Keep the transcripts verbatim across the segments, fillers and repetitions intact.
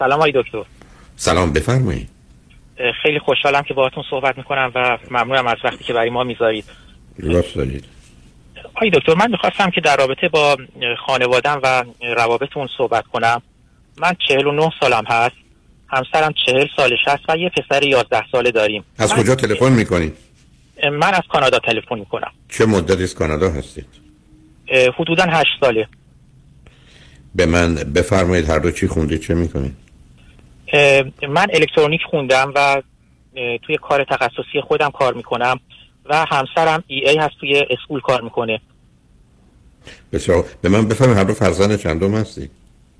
سلام آقای دکتر. سلام، بفرمایید. خیلی خوشحالم که باهاتون صحبت میکنم و ممنونم از وقتی که برای ما میذارید. لطف دارید. آقای دکتر، من میخواستم که در رابطه با خانواده‌ام و روابطمون صحبت کنم. من چهل و نه سالم هست، همسرم چهل سالش هست و یه پسر یازده ساله داریم. از کجا تلفن میکنید؟ من از کانادا تلفن میکنم. چه مدتی از کانادا هستید؟ حدوداً هشت ساله. به من بفرمایید هر دو چی خوندید، چه میکنید؟ من الکترونیک خوندم و توی کار تخصصی خودم کار میکنم و همسرم ای ای هست، توی اسکول کار میکنه. بسیار. به من بفرمایید هر دو فرزند چندم هستید؟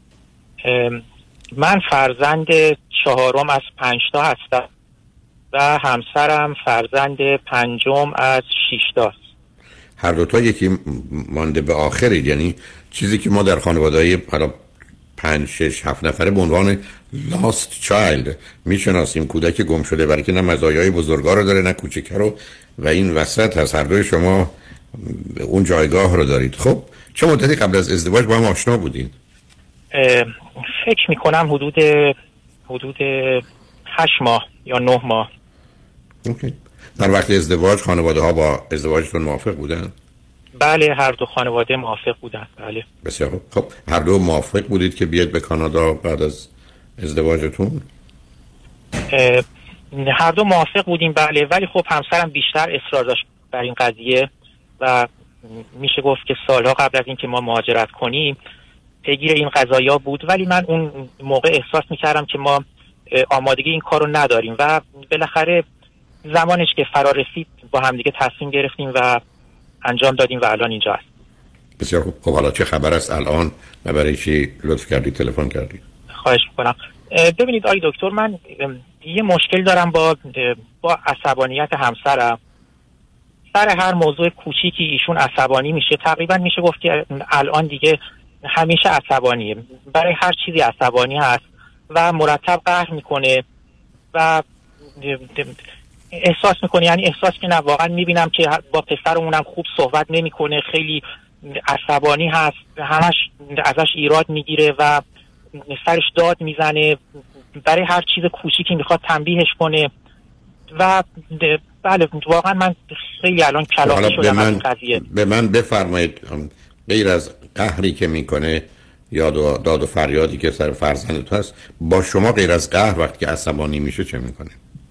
من فرزند چهارم از پنج تا هستم و همسرم فرزند پنجم از شش تاست. هر دو تا یکی مانده به آخرید، یعنی چیزی که ما در خانواده‌های حالا پنج شش هفت نفره به عنوان لاست چایلد میشناسیم، کودک گم شده، برای که نه مزایای بزرگا رو داره نه کوچیکه رو، و این وسط از هر دوی شما اون جایگاه رو دارید. خب چه مدتی قبل از ازدواج با هم آشنا بودین؟ فکر میکنم حدود حدود هشت ماه یا نه ماه. اوکی. در وقت ازدواج خانواده ها با ازدواجتون موافق بودن؟ بله، هر دو خانواده موافق بودن. بله. بسیار خب. هر دو موافق بودید که بیاید به کانادا بعد از ازدواجتون؟ هر دو موافق بودیم، بله، ولی خب همسرم بیشتر اصرار داشت بر این قضیه و میشه گفت که سالها قبل از اینکه ما مهاجرت کنیم پیگیر این قضایا بود، ولی من اون موقع احساس میکردم که ما آمادگی این کارو نداریم و بالاخره زمانش که فرا رسید با همدیگه تصمیم گرفتیم و انجام دادیم و الان اینجا هست. بسیار خوب. خب حالا چه خبر است الان و برای چی لطف کردید تلفن کردید؟ خواهش میکنم. ببینید آقای دکتر، من یه مشکل دارم با با عصبانیت همسرم. سر هر موضوع کوچیکی ایشون عصبانی میشه. تقریبا میشه گفت که الان دیگه همیشه عصبانیه، برای هر چیزی عصبانی هست و مرتب قهر میکنه و احساس میکنه، یعنی احساس که نه واقعا میبینم که با پسرمونم خوب صحبت نمیکنه، خیلی عصبانی هست، همش ازش ایراد میگیره و سرش داد میزنه، برای هر چیز کوچیکی میخواد تنبیهش کنه و بله واقعا من خیلی الان کلاغی شدم از این قضیه. به من بفرمایید غیر از قهری که میکنه یا داد و فریادی که سر فرزندت هست، با شما غیر از قهر وقتی که عصبانی میشه چه میکنه؟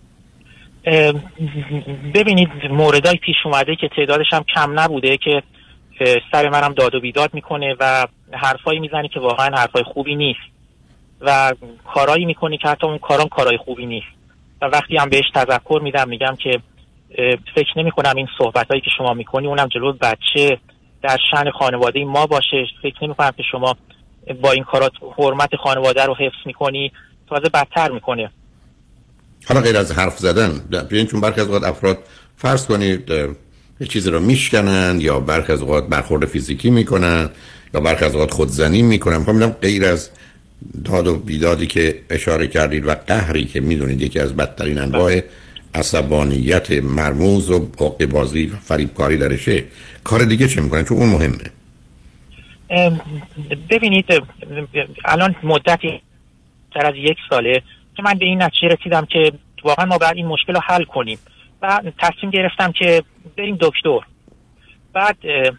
ببینید موردای پیش اومده که تعدادش هم کم نبوده که سر منم داد و بیداد میکنه و حرفایی میزنه که واقعا حرفای خوبی نیست و کارایی میکنه که حتی اون کارام کارای خوبی نیست و وقتی هم بهش تذکر میدم میگم که فکر نمی کنم این صحبتایی که شما میکنی اونم جلوی بچه در شأن خانواده ما باشه، فکر نمی کنم که شما با این کارات حرمت خانواده رو حفظ میکنی، تازه بدتر میکنه. حالا غیر از حرف زدن، ببین چون برخی از اوقات افراد فرض کنید یه چیزی رو میشکنن یا برخی از اوقات برخورد فیزیکی میکنن یا برخی از اوقات خودزنی میکنن. میخوام ببینم غیر از داد و بیدادی که اشاره کردید و قهری که میدونید یکی از بدترین انواع عصبانیت مرموز و حقه بازی و فریبکاری درشه، کار دیگه چه میکنن؟ چون اون مهمه. ببینید الان مدتی تر از یک ساله که من به این نتیجه رسیدم که واقعا ما باید این مشکل رو حل کنیم و تصمیم گرفتم که بریم دکتر. بعد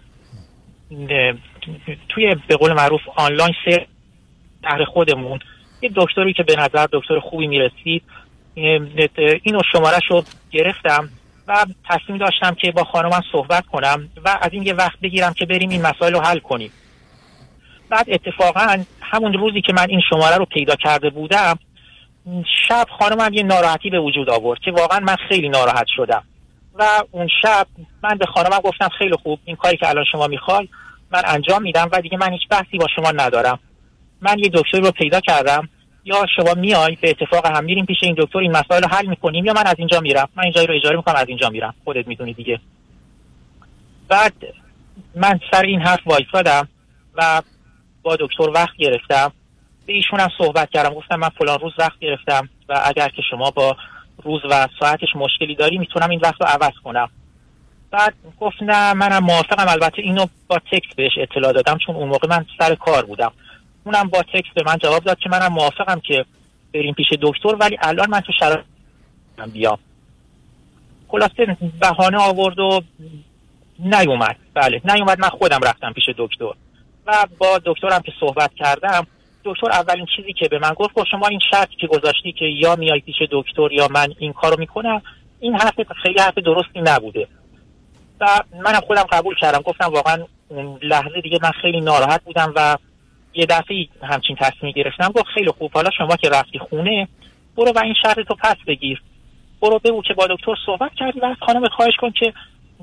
توی به قول معروف آنلاین سر شهر خودمون یه دکتری که به نظر دکتر خوبی میرسید، اینو شمارش رو گرفتم و تصمیم داشتم که با خانمم صحبت کنم و از این یه وقت بگیرم که بریم این مسائل رو حل کنیم. بعد اتفاقا همون روزی که من این شماره رو پیدا کرده بودم، شب خانمم یه ناراحتی به وجود آورد که واقعا من خیلی ناراحت شدم و اون شب من به خانمم گفتم خیلی خوب، این کاری که الان شما میخوای من انجام میدم و دیگه من هیچ بحثی با شما ندارم. من یه دکتری رو پیدا کردم، یا شما میای به اتفاق هم میریم پیش این دکتر این مسائل رو حل میکنیم یا من از اینجا میرم، من اینجا رو اجاره میکنم از اینجا میرم، خودت میدونی دیگه. بعد من سر این حرف وایسادم و با دکتر وقت گرفتم، به ایشون هم صحبت کردم، گفتم من فلان روز وقت گرفتم و اگر که شما با روز و ساعتش مشکلی داری میتونم این وقت رو عوض کنم. بعد گفت نه منم موافقم. البته اینو با تکست بهش اطلاع دادم چون اون موقع من سر کار بودم. اونم با تکست به من جواب داد که منم موافقم که بریم پیش دکتر، ولی الان من تو شرایط بیام. خلاصه بهانه آورد و نیومد. بله نیومد. من خودم رفتم پیش دکتر و با دکترم که صحبت کردم، دکتر اولین چیزی که به من گفت گفت شما این شرطی که گذاشتی که یا میای پیش دکتر یا من این کارو میکنم، این حرف خیلی حرف درستی نبوده. و منم خودم قبول کردم. گفتم واقعا اون لحظه دیگه من خیلی ناراحت بودم و یه دفعه همچین تصمیم گرفتم. گفت خیلی خوب، حالا شما که رفتی خونه برو و این شرط تو پس بگیر، برو بگو که با دکتر صحبت کردی و از خانم خواهش کن که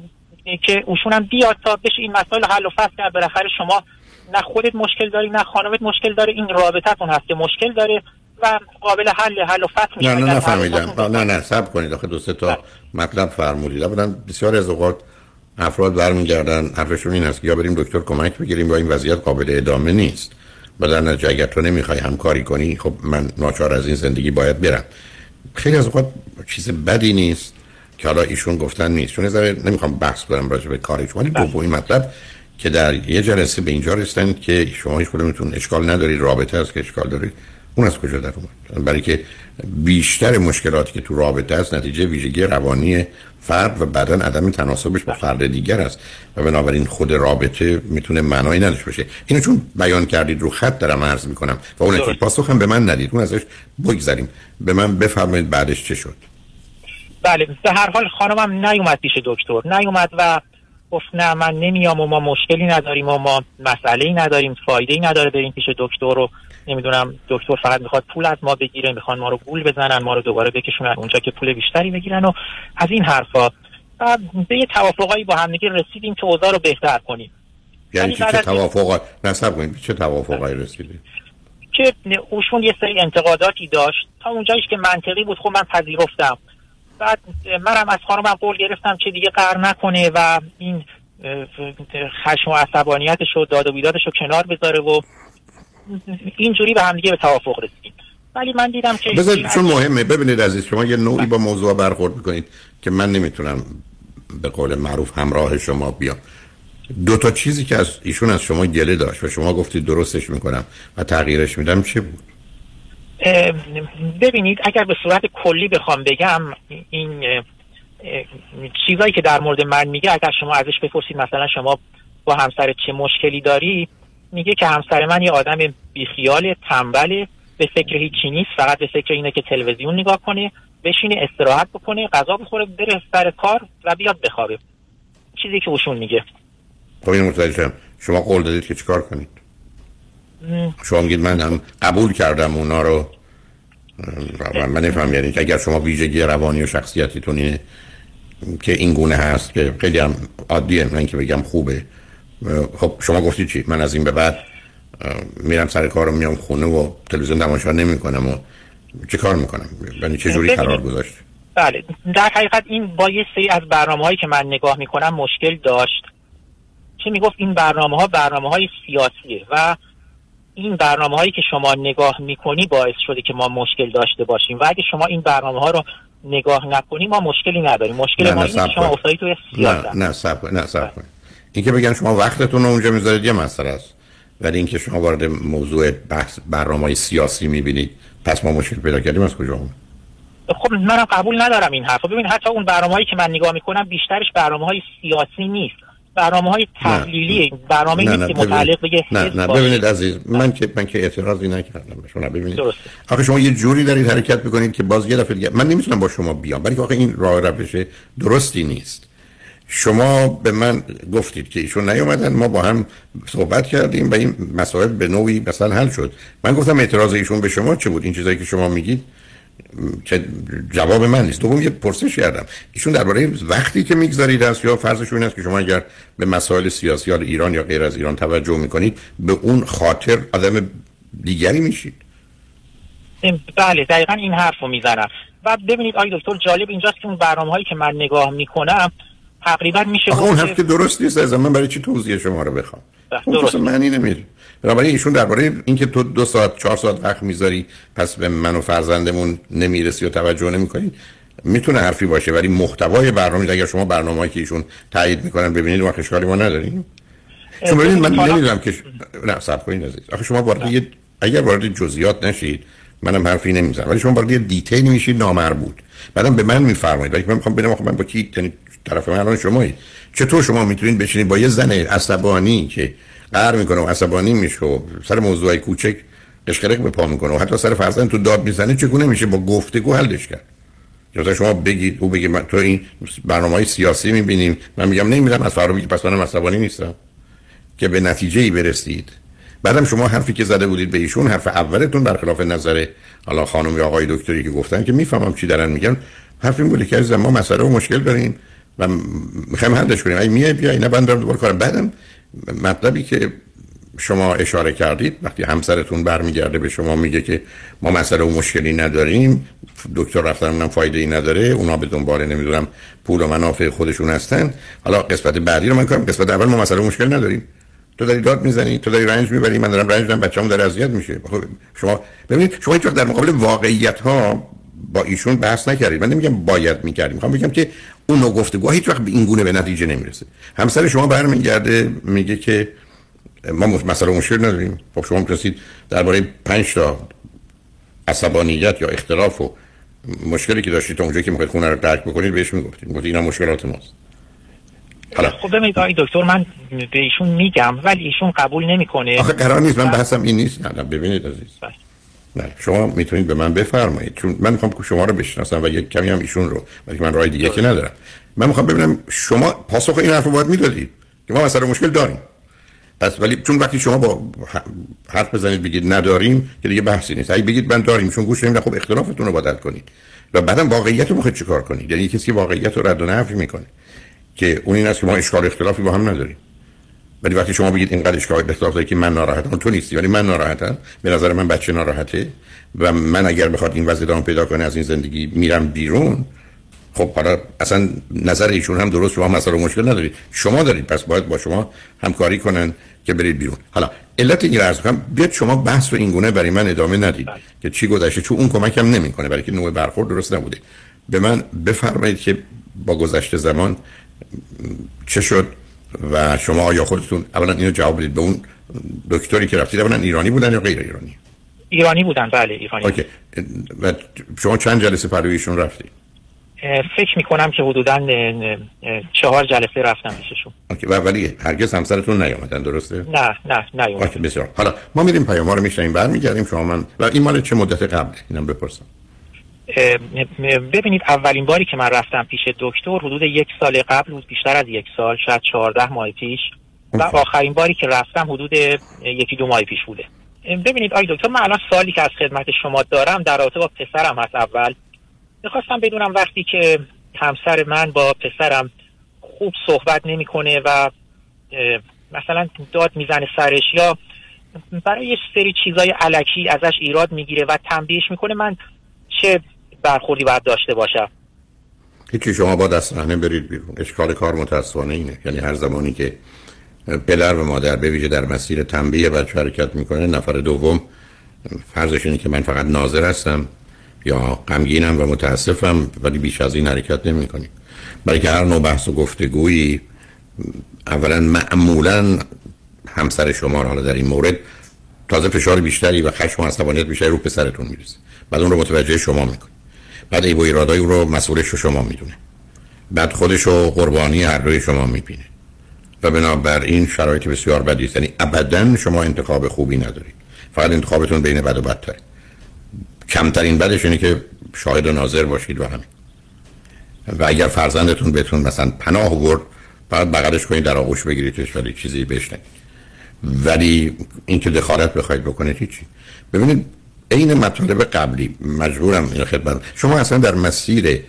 که اوشونم بیاد تا بشه این مسائل حل و فصل کرد. بالاخره شما نه خودت مشکل داری نه خانمت مشکل داره، این رابطتون هست که مشکل داره و قابل حل حل و فصل میشه. نه نه نفهمیدم. نه نه صبر کنید، آخه دو سه تا مطلب فرمودید. اولا بسیار از اوقات افراد برمیگردن حرفشون این است که یا بریم دکتر کمک بگیریم یا این وضعیت قابل ادامه نیست. بعدن نتیجه اگر تو نمیخوای همکاری کنی، خب من ناچار از این زندگی باید برم. خیلی از اوقات چیز بدی نیست که حالا ایشون گفتن نیست، چون نظر نمیخوام بحث کنم راجع به کارش، ولی دومین مطلب که در یه جلسه به اینجا رسیدن که شما هیچ کدومتون اشکال نداری، رابطه است که اشکال داری، اون از کجا در اومد؟ برای که بیشتر مشکلاتی که تو رابطه است نتیجه ویژگی روانی فرد و بعدن عدم تناسبش با فرد دیگر است و بنابراین خود رابطه میتونه معنایی نداشته باشه. اینو چون بیان کردید رو خط دارم عرض میکنم و اون که پاسخ هم به من ندید، اون ازش بگذریم. به من بفرمایید بعدش چه شد؟ بله به هر حال خانمم نیومد پیش دکتر، نیومد و گفت نه من نمیام و ما مشکلی نداریم و ما مسئله‌ای نداریم، فایده‌ای نداره بریم پیش دکتر و نمیدونم دکتر فقط میخواد پول از ما بگیره، میخوان ما رو گول بزنن، ما رو دوباره بکشونن اونجا که پول بیشتری بگیرن و از این حرفا. و به یه توافقایی با هم دیگه رسیدیم که اوضاع رو بهتر کنیم. یعنی چه توافقی؟ نصب کنیم چه توافقی رسیدیم؟ که اوشون یه سری انتقاداتی داشت، تا اونجاییش که منطقی بود خب من پذیرفتم. بعد منم از خانمم قول گرفتم که دیگه قهر نکنه و این خشم و عصبانیتش و داد و بیدادش رو کنار بذاره و اینجوری به هم دیگه به توافق رسیدیم. ولی من دیدم که بذارید چون مهمه، ببینید عزیز شما یه نوعی با موضوع برخورد میکنید که من نمیتونم به قول معروف همراه شما بیام. دو تا چیزی که از ایشون از شما گله داشت و شما گفتید درستش میکنم و تغییرش میدم چه بود؟ ببینید اگر به صورت کلی بخوام بگم، این چیزایی که در مورد من میگه اگر شما ازش بپرسید مثلا شما با همسر چه مشکلی داری، میگه که همسر من یه آدم بیخیال تنبله، به فکر هیچی نیست، فقط به فکر اینه که تلویزیون نگاه کنه، بشینه استراحت بکنه، غذا بخوره، بره سر کار و بیاد بخوابه. چیزی که اوشون میگه. خب این متوجهم. شما قول دادید که چیکار کنید؟ م... شما میگید من هم قبول کردم اونا رو. من نفهم یعنی که اگر شما ویژگی روانی و شخصیتیتون اینه که این گونه هست که خیلی هم عادیه، من که بگم خوبه، خب شما گفتید چی؟ من از این به بعد میرم سر کارم، میام خونه و تلویزیون تماشا نمی‌کنم و چه کار میکنم؟ یعنی چه جوری قرار گذاشت؟ بله در حقیقت این با یه سری از برنامه‌هایی که من نگاه میکنم مشکل داشت. چه میگفت این برنامه‌ها برنامه‌های سیاسیه و این برنامه‌هایی که شما نگاه میکنی باعث شده که ما مشکل داشته باشیم و اگه شما این برنامه‌ها رو نگاه نکنی ما مشکلی نداریم. مشکل نه ما اینه که شما افتادید توی سیاست. نه نه صبر نه صبر کنید. این که بگن شما وقتتون رو اونجا میذارید یه مسئله است، ولی اینکه شما وارد موضوع بحث برنامه‌های سیاسی میبینید پس ما مشکل پیدا کردیم از کجا اومد؟ خب منم قبول ندارم این حرفو. ببین حتی اون برنامه‌هایی که من نگاه میکنم بیشترش برنامه‌های سیاسی نیست، برنامه‌های تحلیلی، برنامه‌ای نیست که متعلق به نه نه ببینید عزیز، من که من که اعتراضی نکردم به شما. ببینید آخه شما یه جوری دارید حرکت میکنید که باز یه دفعه دیگه من نمیتونم با شما بیام، ولی آخه این راه روش درستی نیست. شما به من گفتید که ایشون نیومدن، ما با هم صحبت کردیم و این مسائل به نوعی مثلا حل شد. من گفتم اعتراض ایشون به شما چه بود؟ این چیزایی که شما میگید که جواب من نیست. دوم یه پرسش کردم ایشون درباره وقتی که میگذارید است یا فرضشون این است که شما اگر به مسائل سیاسی یا ایران یا غیر از ایران توجه میکنید به اون خاطر آدم دیگری میشید؟ بله دقیقاً این حرفو میزنم. و ببینید آقای دکتر جالب اینجاست که اون برنامه‌هایی که من نگاه میکنم تقریبا میشه اون حرف که درست نیست از من برای چی توضیح شما رو بخوام؟ درست معنی نمیده. بنابراین ایشون درباره اینکه تو دو ساعت چهار ساعت وقت میذاری پس به من و فرزندمون نمیرسی و توجه نمیکنید میتونه حرفی باشه، ولی محتوای برنامه اگر شما برنامه‌ای که ایشون تایید میکنن ببینید ما اشکالی ما نداریم. چون ببینید من نمیدونم که نه صبر کنید عزیز. آخه شما وارد اگر وارد جزئیات نشید منم حرفی نمیزنم، ولی شما وارد دیتیل میشید نامربوط. بعدم به من میفرمایید ولی من میخوام ببینم آخه من با کی، یعنی طرف من الان شمایید، چطور شما میتونید بشینید با یه زن عصبانی که قهر میکنه و عصبانی میشه و سر موضوع کوچک قشقرق به پا میکنه و حتی سر فرزند تو داد میزنه، چگونه میشه با گفتگو حلش کرد؟ مثلا شما بگید او بگه من تو این برنامه‌های سیاسی میبینیم، من میگم نمیدونم از فردا بگید پس منم عصبانی نیستم، که به نتیجه‌ای برسید. بعدم شما حرفی که زده بودید به ایشون، حرف اولتون برخلاف نظر حالا خانم یا آقای دکتری که گفتن که میفهمم چی دارن میگن، حرف این بوده که از ما مسئله و مشکل داریم و میخوایم حلش کنیم، اگه میای بیا اینا بندم دوباره کارم. بعدم مطلبی که شما اشاره کردید وقتی همسرتون برمیگرده به شما میگه که ما مسئله و مشکلی نداریم، دکتر رفتنمون فایده ای نداره، اونا به دنبال نمیدونم پول و منافع خودشون هستن، حالا قسمت بعدی رو من کنم، قسمت اول ما مسئله و مشکل نداریم، تو داری داد میزنی، تو داری رنج میبری، من دارم رنج میبرم، بچه‌ام داره اذیت میشه. شما ببینید شما هیچ وقت در مقابل واقعیت ها با ایشون بحث نکردید. من نمیگم باید میکردیم، میخوام بگم که اون نوع گفتگو هیچ وقت به این گونه به نتیجه نمیرسه. همسر شما برمیگرده میگه که ما مسئله مشکل نداریم. خب شما میتونید درباره پنج تا عصبانیت یا اختلاف و مشکلی که داشتید تا اونجایی که میخواید خونه رو ترک بکنید بهش میگفتید، میگفتید اینا مشکلات ماست. حالا خب ببینید آقای دکتر من به ایشون میگم ولی ایشون قبول نمیکنه. آخه قرار نیست، من بحثم این نیست. نه ببینید عزیز، نه شما میتونید به من بفرمایید، چون من میخوام که شما رو بشناسم و یک کمی هم ایشون رو، ولی من راه دیگه که ندارم. من میخوام ببینم شما پاسخ این حرف رو باید میدادید که ما مسئله مشکل داریم. پس ولی چون وقتی شما با حرف بزنید بگید نداریم که دیگه بحثی نیست، اگه بگید من داریم چون گوش نمیدم، خب اختلافتون رو بدل کنید و بعدم واقعیت رو میخواید چیکار کنید. یعنی کسی واقعیت رو رد و نفی میکنه که اون این است که ما اشکال اختلافی با هم نداریم، ولی وقتی شما بگید اینقدر اشکال اختلاف داره که من ناراحتم، تو نیستی ولی من ناراحتم، به نظر من بچه ناراحته و من اگر بخواد این وضع ادامه پیدا کنه از این زندگی میرم بیرون، خب حالا اصلا نظر ایشون هم درست، شما مسئله مشکل ندارید، شما دارید، پس باید با شما همکاری کنن که برید بیرون. حالا علت این عرض کنم بیاد شما بحث رو این گونه برای من ادامه ندید بله. که چی گذشته، چون اون کمکم نمیکنه، برای که نوع برخورد درست نبوده. به من بفرمایید که با گذشته زمان چه شد و شما آیا خودتون اولا اینو جواب بدید به اون دکتری که رفتید اولا ایرانی بودن یا غیر ایرانی؟ ایرانی بودن بله ایرانی. اوکی. و شما چند جلسه پلوی ایشون رفتید؟ فکر میکنم که حدوداً چهار جلسه رفتم پیششون. اوکی. و ولی هرگز همسرتون نیومدن درسته؟ نه نه نیومدن. اوکی بسیار. حالا ما میریم پیام ها رو میشنیم برمیگردیم. شما من و این مال چه مدت قبله اینم بپرسم. ببینید اولین باری که من رفتم پیش دکتر حدود یک سال قبل بود، بیشتر از یک سال، شاید چهارده ماه پیش و آخرین باری که رفتم حدود یکی دو ماه پیش بوده. ببینید آقای دکتر من الان سوالی که از خدمت شما دارم در رابطه با پسرم هست. اول میخواستم بدونم وقتی که همسر من با پسرم خوب صحبت نمیکنه و مثلا داد میزنه سرش یا برای یه سری چیزای الکی ازش ایراد میگیره و تنبیهش میکنه، من چه برخوردی باید داشته باشم؟ هیچی، شما با دست صحنه برید بیرون. اشکال کار متاسفانه اینه، یعنی هر زمانی که پدر و مادر به ویژه در مسیر تنبیه بچه حرکت میکنه، نفر دوم فرضش اینه که من فقط ناظر هستم یا غمگینم و متاسفم ولی بیش از این حرکت نمی‌کنیم. برای که هر نوع بحث و گفتگویی اولا معمولا همسر شما حالا در این مورد تازه فشار بیشتری و خشم و عصبانیت بیشتری رو پسرتون میرسه، بعد اون رو متوجه شما میکنه، بعد ایو ایرادای اون رو مسئولش رو شما میدونه، بعد خودش رو قربانی هر دوی شما میبینه و بنابراین شرایط بسیار بدی است. یعنی ابدا شما انتخاب خوبی ندارید، فقط انتخابتون بین بد و بدتره. کمترین بدش اینه که شاهد و ناظر باشید و همین. و اگر فرزندتون بهتون مثلا پناه آورد بعد بغلش کنید در آغوش بگیریدش ولی چیزی بهش نگید، ولی این که دخالت بخواید بکنید هیچی. ببینید این مطالب قبلی مجبورم این خدمت شما اصلا در مسیر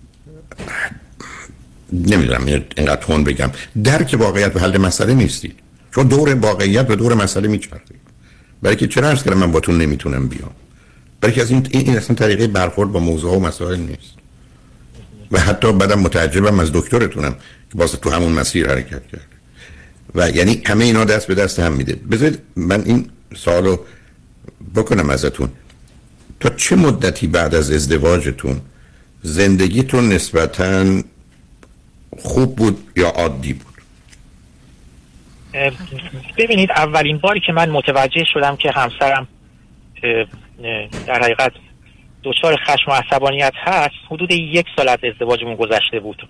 نمیدونم اینقدر تون بگم درک واقعیت و حل مسئله نیستید، چون دور واقعیت و دور مسئله میچرخید. برای که چرا عرض کردم من باتون نمیتونم بیام، برای که از این این اصلا طریقه برخورد با موضوع و مسائل نیست. و حتی بعدم متعجبم از دکترتونم که باز تو همون مسیر حرکت کرد و یعنی همه اینا دست به دست هم میده. بذارید من این سوالو بکنم ازتون، تا چه مدتی بعد از ازدواجتون زندگیتون نسبتاً خوب بود یا عادی بود؟ ببینید اولین باری که من متوجه شدم که همسرم در حقیقت دچار خشم و عصبانیت هست حدود یک سال از ازدواجمون گذشته بود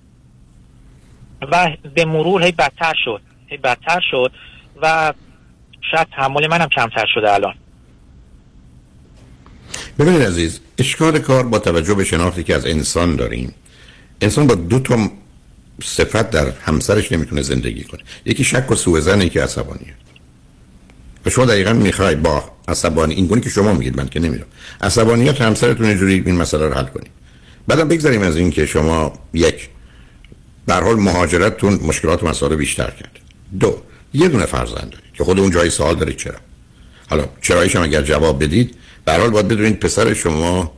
و به مرور هی بدتر شد هی بدتر شد و شاید تحمل منم کمتر شده الان. ببینید عزیز، اشکال کار با توجه به شناختی که از انسان داریم، انسان با دو تا صفت در همسرش نمیتونه زندگی کنه. یکی شک و سوءظن، یکی عصبانیت. و شما دقیقاً میخوای با عصبانی این گونه که شما میگید، من که نمیدونم، عصبانیت همسرتون اینجوری این مسئله رو حل کنید. بعدم بگذاریم از این که شما یک به هر حال مهاجرتتون مشکلات و مسائل بیشتر کرد. دو، یه دونه فرزند دارید که خود اون جای سوال داره چرا. حالا چرایش هم اگر جواب بدید، به هر حال باید بدونید پسر شما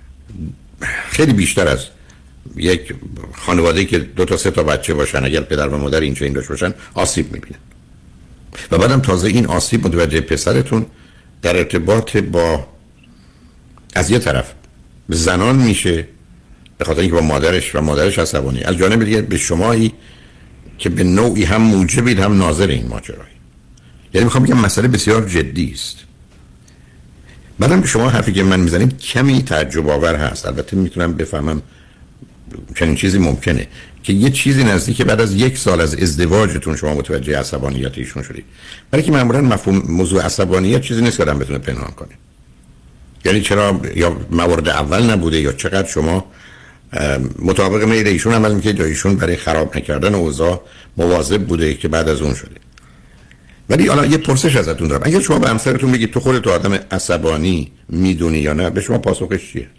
خیلی بیشتر از یک خانواده‌ای که دو تا سه تا بچه باشن، اگر پدر و مادر اینجا این داشته باشن، آسیب می‌بینن. و بعدم تازه این آسیب متوجه پسرتون در ارتباط با از یه طرف زنان میشه به خاطر اینکه با مادرش و مادرش عصبانی، از جانب دیگه به شمایی که به نوعی هم موجبید هم ناظر این ماجرایی. یعنی میخوام بگم مسئله بسیار جدی است. بعدم به شما حرفی که من میزنیم کمی تعجب آور هست. البته میتونم بفهمم چنین چیزی ممکنه که یه چیزی نزدیک بعد از یک سال از ازدواجتون شما متوجه عصبانیت ایشون شدید. برای که معمولا مفهوم موضوع عصبانیت چیزی نیست که آدم بتونه پنهان کنه. یعنی چرا یا موارد اول نبوده یا چقدر شما مطابق میل ایشون عمل میکنید یا ایشون برای خراب نکردن اوضاع مواظب بوده که بعد از اون شده. ولی حالا یه پرسش ازتون دارم، اگر شما به همسرتون بگید تو خودت آدم عصبانی میدونی یا نه، به شما پاسخش چیه؟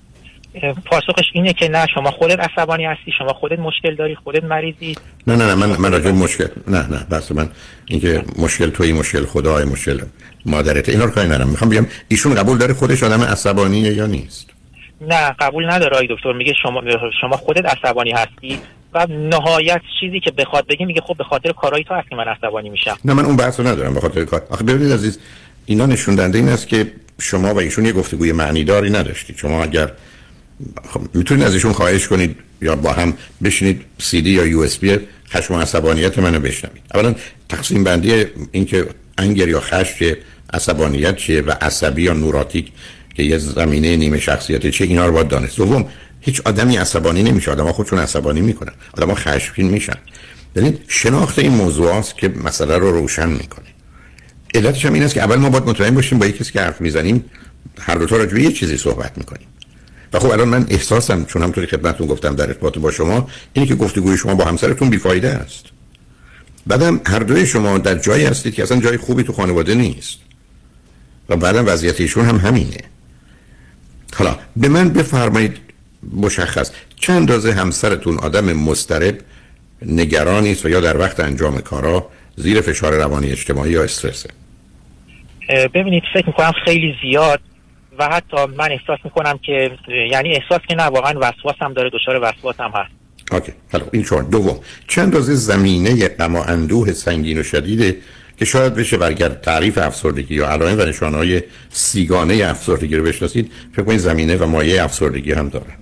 پاسخش اینه که نه، شما خودت عصبانی هستی، شما خودت مشکل داری، خودت مریضی. نه نه نه من من راجع به مشکل نه نه بس من اینکه مشکل توی مشکل خدای مشکل مادرت اینا رو کاری ندارم. میخوام بگم ایشون قبول داره خودش آدم عصبانیه یا نیست؟ نه قبول نداره آقای دکتر. میگه شما شما خودت عصبانی هستی و نهایت چیزی که بخواد بگه میگه خب به خاطر کارهای تو هستی من عصبانی میشم. نه من اون بحثو ندارم به خاطر کار. آخه ببینید عزیز، اینا نشون دهنده این است که شما و ایشون یه گفتگوی معنی داری نداشتید. شما اگر خب میتونید از ایشون خواهش کنید یا با هم بشینید سی دی یا یو اس بی خشم و عصبانیت منو بشنوید. اولا تقسیم بندی این که انگر یا خشم چیه، عصبانیت چیه و عصبی یا نوراتیک که یه زمینه نیمه شخصیت چیه، اینا رو باید دانست. دوم، هیچ آدمی عصبانی نمیشه، آدم‌ها خودشون عصبانی میکنن، آدم‌ها خشمگین میشن. ببینید شناخت این موضوع است که مسئله رو روشن میکنه. علتش هم این است که اول ما باید مطمئن باشیم با یکی که حرف میزنیم هر دو تا راجع به یه چیزی صحبت میکنیم. و خب الان من احساسم چون همونطوری خدمتتون گفتم در ارتباط با شما اینه که گفتگوی شما با همسرتون بیفایده است. بعدم هر دوی شما در جایی هستید که اصلا جای خوبی تو خانواده نیست و بعدم وضعیت ایشون هم همینه. حالا به من بفرمایید مشخص چند اندازه همسرتون آدم مضطرب، نگرانی است و یا در وقت انجام کارا زیر فشار روانی اجتماعی یا استرسه؟ ببینید فکر میکنم خیلی زیاد و حتی من احساس میکنم که یعنی احساس که نه واقعا وسواس هم داره، دچار وسواس هم هست. اوکی. حالا این چون دوم چند اندازه زمینه غم و اندوه سنگین و شدیده که شاید بشه برگر تعریف افسردگی یا علائم و نشانه‌های سیگانه افسردگی رو بشناسید، فکر کنید زمینه و مایه افسردگی هم داره.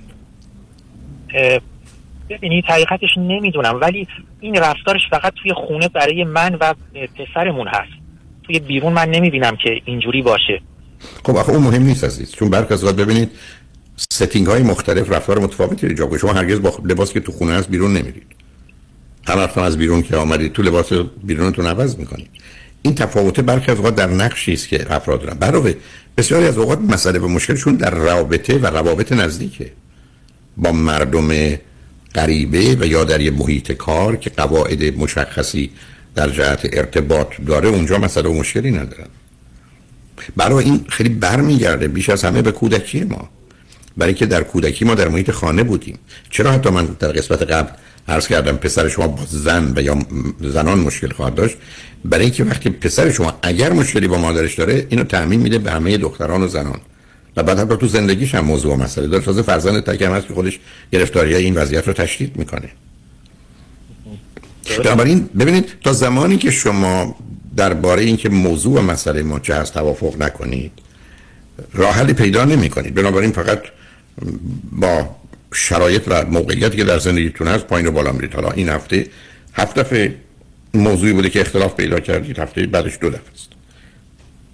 ببینید حقیقتش نمیدونم، ولی این رفتارش فقط توی خونه برای من و پسرمون هست. توی بیرون من نمیبینم که اینجوری باشه. خب آخه اون مهم نیست عزیز، چون برخی از اوقات ببینید ستینگ های مختلف رفتار متفاوتی ایجاد کنه. شما هرگز با لباسی که تو خونه هست بیرون نمیرید. هر وقت از بیرون که آمدید تو لباس بیرونتون عوض میکنید. این تفاوت برخی از اوقات در نقشی است که افراد دارن. علاوه بسیاری از اوقات مسئله و مشکلشون در رابطه و روابط نزدیکه با مردم غریبه و یا در یه محیط کار که قواعد مشخصی در جهت ارتباط داره. اونجا مسئله و مشکلی ندارن. برای این خیلی برمیگرده بیش از همه به کودکی ما، برای که در کودکی ما در محیط خانه بودیم. چرا حتی من در قسمت قبل عرض کردم پسر شما با زن و یا زنان مشکل خواهد داشت، برای اینکه وقتی پسر شما اگر مشکلی با مادرش داره اینو تعمیم میده به همه دختران و زنان و بعد حتی تو زندگیش هم موضوع و مسئله داره. تازه فرزند تکم هست که خودش گرفتاریای این وضعیت رو تشدید میکنه. بنابراین ببینید تا زمانی که شما درباره اینکه موضوع و مسئله ما چه هست توافق نکنید راه حلی پیدا نمی‌کنید. بنابراین فقط با شرایط و موقعیتی که در زندگیتون هست پایین و بالا میرید. حالا این هفته هفت دفعه موضوعی بوده که اختلاف پیدا کردید، هفته بعدش دو دفعه است.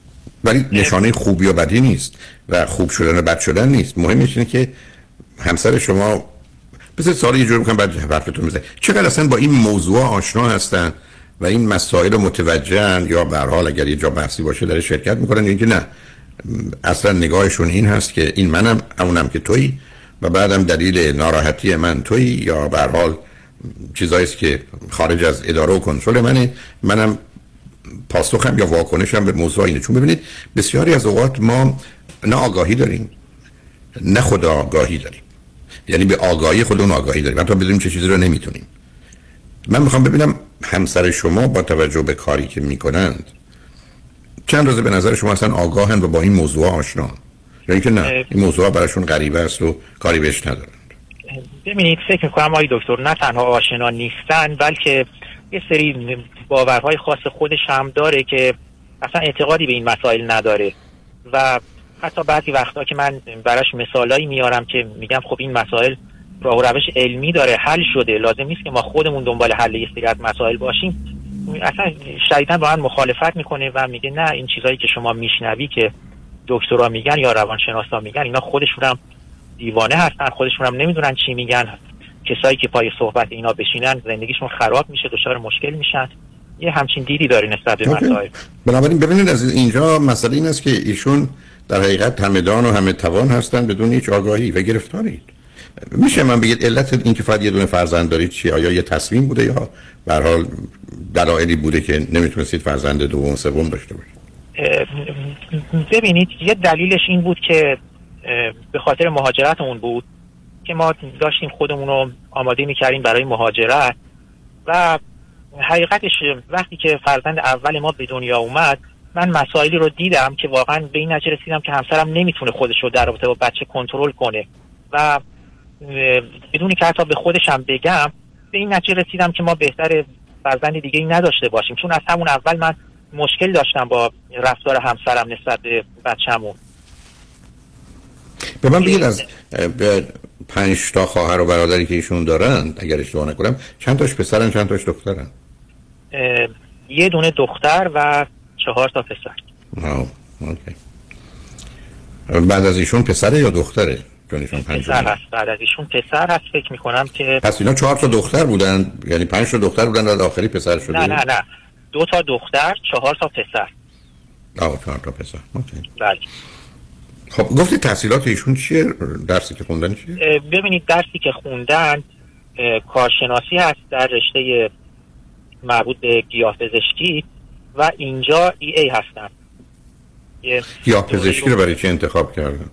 ولی نشانه خوبی و بدی نیست و خوب شدن و بد شدن نیست. مهمش اینه که همسر شما بذار سوال یه جور میکنم بعد حرفتون بزنید، چقدر اصلا با این موضوع آشنا هستن و این مسائل رو متوجهن، یا به هر حال اگر یه جا بحثی باشه در شرکت میکنن، یا اینکه نه اصلا نگاهشون این هست که این منم اونم که تویی و بعدم دلیل ناراحتی من تویی، یا به هر حال چیزایی است که خارج از اداره و کنترل منه، منم پاسخم یا واکنشم به موضوع اینه. چون ببینید بسیاری از اوقات ما نه آگاهی داریم نه خود آگاهی داریم، یعنی به آگاهی خودمون آگاهی داریم حتی بدونیم چه چیزی رو نمیتونیم. من میخوام ببینم همسر شما با توجه به کاری که میکنند چند روزه به نظر شما اصلا آگاهن و با این موضوع آشنا، یعنی که نه این موضوع براشون غریبه است و کاری بهش ندارند؟ ببینید فکر میکنم آقای دکتر نه تنها آشنا نیستن بلکه یه سری باورهای خاص خودش هم داره که اصلا اعتقادی به این مسائل نداره و حتی بعضی وقتا که من براش مثالایی میارم که میگم خب این مسائل راه و روش علمی داره، حل شده، لازم نیست که ما خودمون دنبال حل یه سری از مسائل باشیم، اصلا شدیداً با من مخالفت میکنه و میگه نه این چیزایی که شما میشنوی که دکترها میگن یا روانشناسا میگن اینا خودشون هم دیوانه هستن، خودشون هم نمیدونن چی میگن، کسایی که پای صحبت اینا بشینن زندگیشون خراب میشه، دچار مشکل میشن. یه همچین دیدی داره نسبت به مسائل. بنابراین ببینید از اینجا مسئله این است که ایشون در حقیقت همه دان و همه توان هستن بدون هیچ آگاهی و گرفتارید. میشه من بگید علت این که فقط یه دونه فرزند دارید چی؟ آیا یه تصمیم بوده یا به هر حال دلایلی بوده که نمیتونستید فرزند دوم سوم داشته باشید؟ ببینید یه دلیلش این بود که به خاطر مهاجرتمون بود که ما داشتیم خودمون رو آماده میکردیم برای مهاجرت و حقیقتش وقتی که فرزند اول ما به دنیا اومد من مسائلی رو دیدم که واقعا به این نتیجه رسیدم که همسرم نمیتونه خودش رو در رابطه با بچه کنترل کنه و بدونی که حتی به خودشم بگم به این نتیجه رسیدم که ما بهتر فرزند دیگه ای نداشته باشیم، چون از همون اول من مشکل داشتم با رفتار همسرم نسبت به بچه‌مون. به من بگید از پنج تا خواهر و برادری که ایشون دارن اگر اشتباه نکنم چند تاش پسرن چند تاش دخترن؟ یه دونه دختر و چهار تا پسر. آه اوکی. بعد از ایشون پسره یا دختره؟ چون ایشون پنج پسر هست. بعد از ایشون پسر هست فکر میکنم که پس اینا چهار تا دختر بودن، یعنی پنج تا دختر بودن و آخری پسر شده؟ نه نه نه دو تا دختر چهار تا پسر. آه چهار تا پسر. اوکی. بله. خب گفتید تحصیلات ایشون چیه؟ درسی که خوندن چیه؟ ببینید درسی که خوندن کارشناسی هست در رشته مربوط به گیاه‌پزشکی و اینجا ای ای هستن. گیاه‌پزشکی رو برای چی انتخاب کردن؟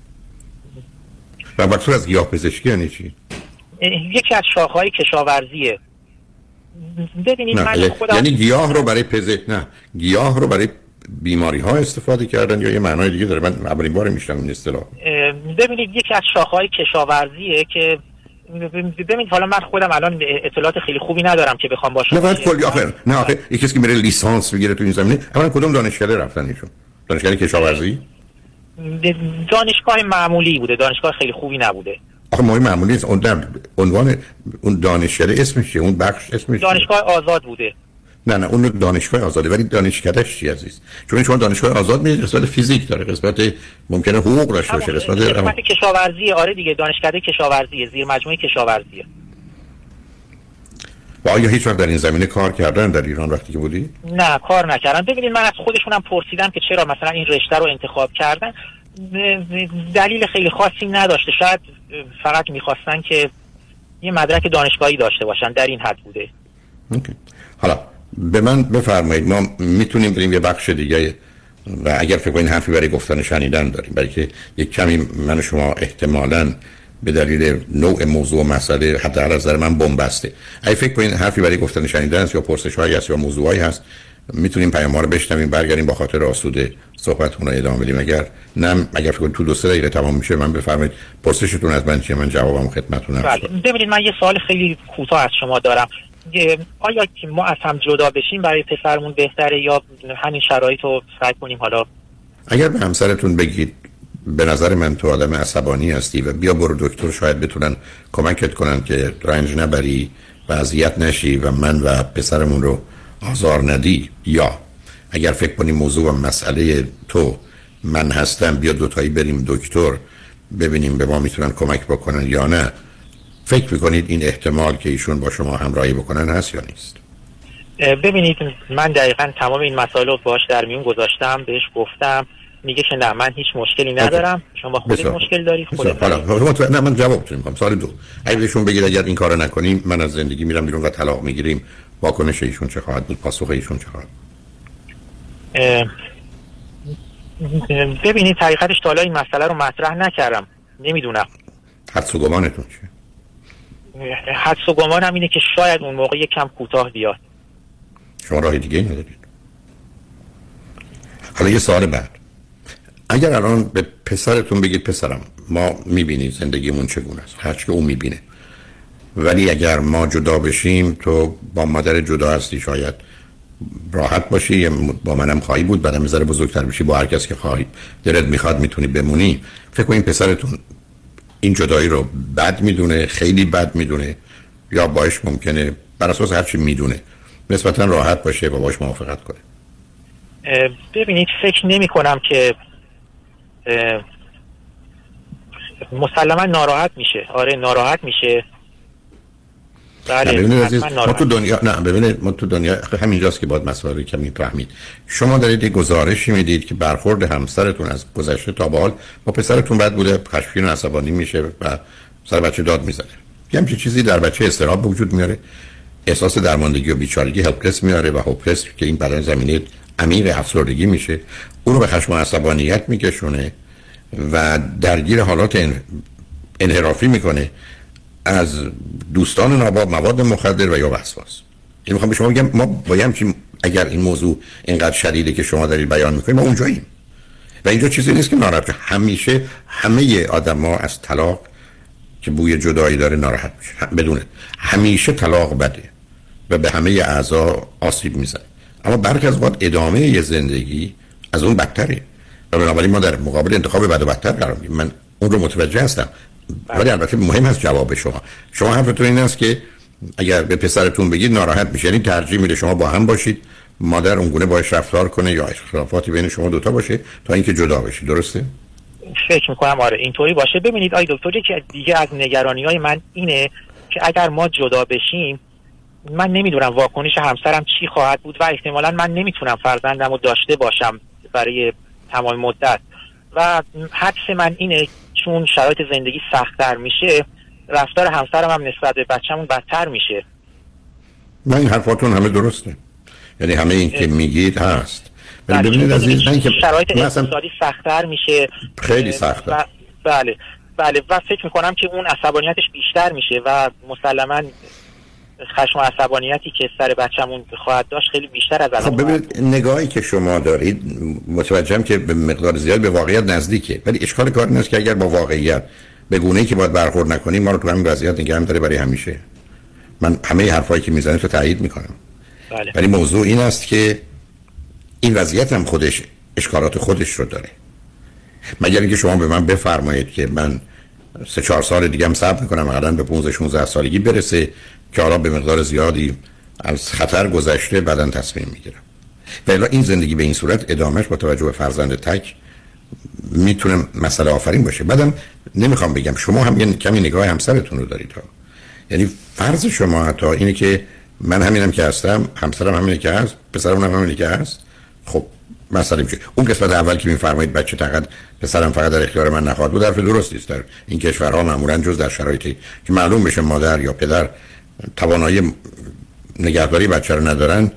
و مقصود از گیاه‌پزشکی یعنی چی؟ یکی از شاخه‌های کشاورزیه. ببینید من خودم یعنی گیاه رو برای پزشک نه گیاه رو برای بیماری ها استفاده کردن یا یه معنای دیگه داره؟ من اولین بار میشنم این اصطلاح. ببینید یکی از شاخه‌های کشاورزیه که ببینید حالا من خودم الان اطلاعات خیلی خوبی ندارم که بخوام باشه. نه بعد کلی آخر نه آخه یکی کسی که میره لیسانس بگیره تو این زمینه اولا کدوم دانشکده رفتن ایشون؟ دانشکده کشاورزی؟ دانشگاه معمولی بوده، دانشگاه خیلی خوبی نبوده. آخه ما معمولی است اون عنوان اون دانشکده اسمش چیه؟ اون بخش اسمش دانشگاه آزاد بوده. نه نه اون دانشگاه آزاده ولی دانشکدهش چی عزیز؟ چون شما دانشگاه آزاد میرید قسمت فیزیک داره، قسمت ممکنه حقوق داشته باشه، قسمت قسمت کشاورزی. آره دیگه دانشکده کشاورزی زیر مجموعه کشاورزیه. و آیا هیچ وقت در این زمینه کار کردن در ایران وقتی که بودی؟ نه کار نکردن. ببینید من از خودشونم پرسیدم که چرا مثلا این رشته رو انتخاب کردن، دلیل خیلی خاصی نداشته، شاید فقط میخواستن که یه مدرک دانشگاهی داشته باشن، در این حد بوده. اوکی. حالا به من بفرمایید ما میتونیم بریم یه بخش دیگه و اگر فکر کنید حرفی برای گفتن شنیدن داریم، برای که یک کمی من و شما احتمالاً به دلیل نوع موضوع و مسئله حتی از نظر من بن‌بسته، اگه فکر کنید حرفی برای گفتن شنیدن است یا پرسش‌هایی هست یا موضوعی هست میتونیم پیام‌ها رو بشنویم برگردیم با خاطر آسوده صحبت‌مون رو ادامه بدیم. اگر نه اگر فکر کنید تو دو سه دقیقه تمام میشه من بفرمایید پرسشتون از من چیه، من جوابم خدمتتون هست. بله ببینید من یه سوال خیلی کوتاه از شما دارم. آیا ما از هم جدا بشیم برای پسرمون بهتره یا همین شرایط رو سعی کنیم؟ حالا اگر به همسرتون بگید به نظر من تو آدم عصبانی هستی و بیا برو دکتر شاید بتونن کمکت کنن که رنج نبری و اذیت نشی و من و پسرمون رو آزار ندی، یا اگر فکر کنیم موضوع و مسئله تو من هستم، بیا دوتایی بریم دکتر ببینیم به ما میتونن کمک بکنن یا نه. فکر میکنید این احتمال که ایشون با شما همراهی بکنن هست یا نیست؟ ببینید من دقیقاً تمام این مسائل رو باهاش در میون گذاشتم، بهش گفتم، میگه که نه من هیچ مشکلی ندارم. شما خودت مشکل داری خودت. حالا نه من جواب میدم. سوال دو، اگه بهشون بگید اگر این کارو نکنیم من از زندگی میرم بیرون و طلاق میگیریم، واکنش ایشون چه خواهد بود؟ پاسخ ایشون چه خواهد؟ ببینید حقیقتش تا حالا این مسئله رو مطرح نکردم، نمیدونم. حدس و گمانتون چیه؟ حدس و گمانم اینه که شاید اون موقع یکم کوتاه بیاد. شما راه دیگه ندارید؟ حالا یه سوال بعد، اگر الان به پسرتون بگید پسرم ما میبینی زندگیمون چگونه است، هرچی که اون میبینه، ولی اگر ما جدا بشیم تو با مادر جدا هستی، شاید راحت باشی یا با منم خواهی بود، بعدم میذاره بزرگتر بشی با هر کس که خواهی دلت میخواد میتونی بمونی. فکر کنید پسرتون این جدایی رو بد میدونه، خیلی بد میدونه، یا باش ممکنه بر اساس هر چی میدونه نسبتا راحت باشه و باش موافقت کنه؟ ببینید فکر نمی کنم که مسلما ناراحت میشه. آره ناراحت میشه. بله ببینید عزیز، ما تو دنیا نه ببینید ما تو دنیا همینجاست که باید مسائل کمی فهمید. شما دارید یه گزارشی میدید که برخورد همسرتون از گذشته تا به حال با پسرتون بد بوده، خشمگین و عصبانی میشه و سر بچه داد میزنه. یه همچین چیزی در بچه اضطراب به وجود میاره، احساس درماندگی و بیچارگی، هلپلس میاره و هوپلس که این بدن زمینه عمیق افسردگی میشه، اون رو به خشم و عصبانیت میکشونه و درگیر حالات انحرافی میکنه از دوستان ناباب، مواد مخدر و یا وسواس. این میخوام به شما بگم ما با همچین اگر این موضوع اینقدر شدیده که شما دارید بیان میکنید ما اونجاییم و اینجا چیزی نیست که ناراحت. همیشه همه آدما از طلاق که بوی جدایی داره ناراحت میشه، بدونه همیشه طلاق بده و به همه اعضا آسیب میزنه، اما برخی از اوقات ادامه یه زندگی از اون بدتره و بنابراین ما در مقابل انتخاب بد و بدتر قرار میگیریم. من اون رو متوجه هستم، ولی البته مهم هست جواب شما. شما حرفتون این است که اگر به پسرتون بگید ناراحت میشه، یعنی ترجیح میده شما با هم باشید، مادر اونگونه باهاش رفتار کنه یا اختلافاتی بین شما دوتا باشه تا اینکه جدا بشید. درسته؟ فکر میکنم آره اینطوری باشه. ببینید آی دکتر که دیگه از نگرانی‌های من اینه که اگر ما جدا بشیم من نمیدونم واکنش همسرم چی خواهد بود و احتمالاً من نمیتونم فرزندمو داشته باشم برای تمام مدت و حدس من اینه چون شرایط زندگی سخت‌تر میشه رفتار همسرم هم نسبت به بچه‌مون بدتر میشه. من این حرفاتون همه درسته، یعنی همه این که میگید هست، ولی ببینید عزیز من که شرایط اقتصادی سخت‌تر میشه، خیلی سخته. بله بله و فکر میکنم که اون عصبانیتش بیشتر میشه و مسلماً خشم و عصبانیتی که سر بچه‌مون خواهد داشت خیلی بیشتر از الان. خب ببینید نگاهی که شما دارید متوجهم که به مقدار زیاد به واقعیت نزدیکه، ولی اشکال کار این است که اگر با واقعیت به گونه‌ای که باید برخورد نکنیم ما رو تو همین وضعیت نگه می‌داره برای همیشه. من همه حرفایی که میزنید رو تایید میکنم. بله. ولی موضوع این است که این وضعیت هم خودش اشکالات خودش رو داره. مگر اینکه شما به من بفرمایید که من سه چهار سال دیگه هم صبر میکنم حداقل به پانزده شانزده سالگی برسه که حالا به مقدار زیادی از خطر گذشته بعداً تصمیم میگیرم. ولی این زندگی به این صورت ادامهش با توجه به فرزند تک میتونه مسئله آفرین باشه. بعدم نمیخوام بگم شما هم یه کمی نگاه همسرتون رو دارید ها. یعنی فرض شما حتی اینه که من همینم که هستم، همسرم همینه که هست، پسرم هم همینه که هست. خب مسئله میشه اون قسمت اول که میفرمایید بچه فقط پسرم فقط در اختیار من نخواهد بود، حرف درستی است. در این کشورها معمولا جز در شرایطی که معلوم بشه مادر یا پدر توانایی نگهداری بچه رو ندارن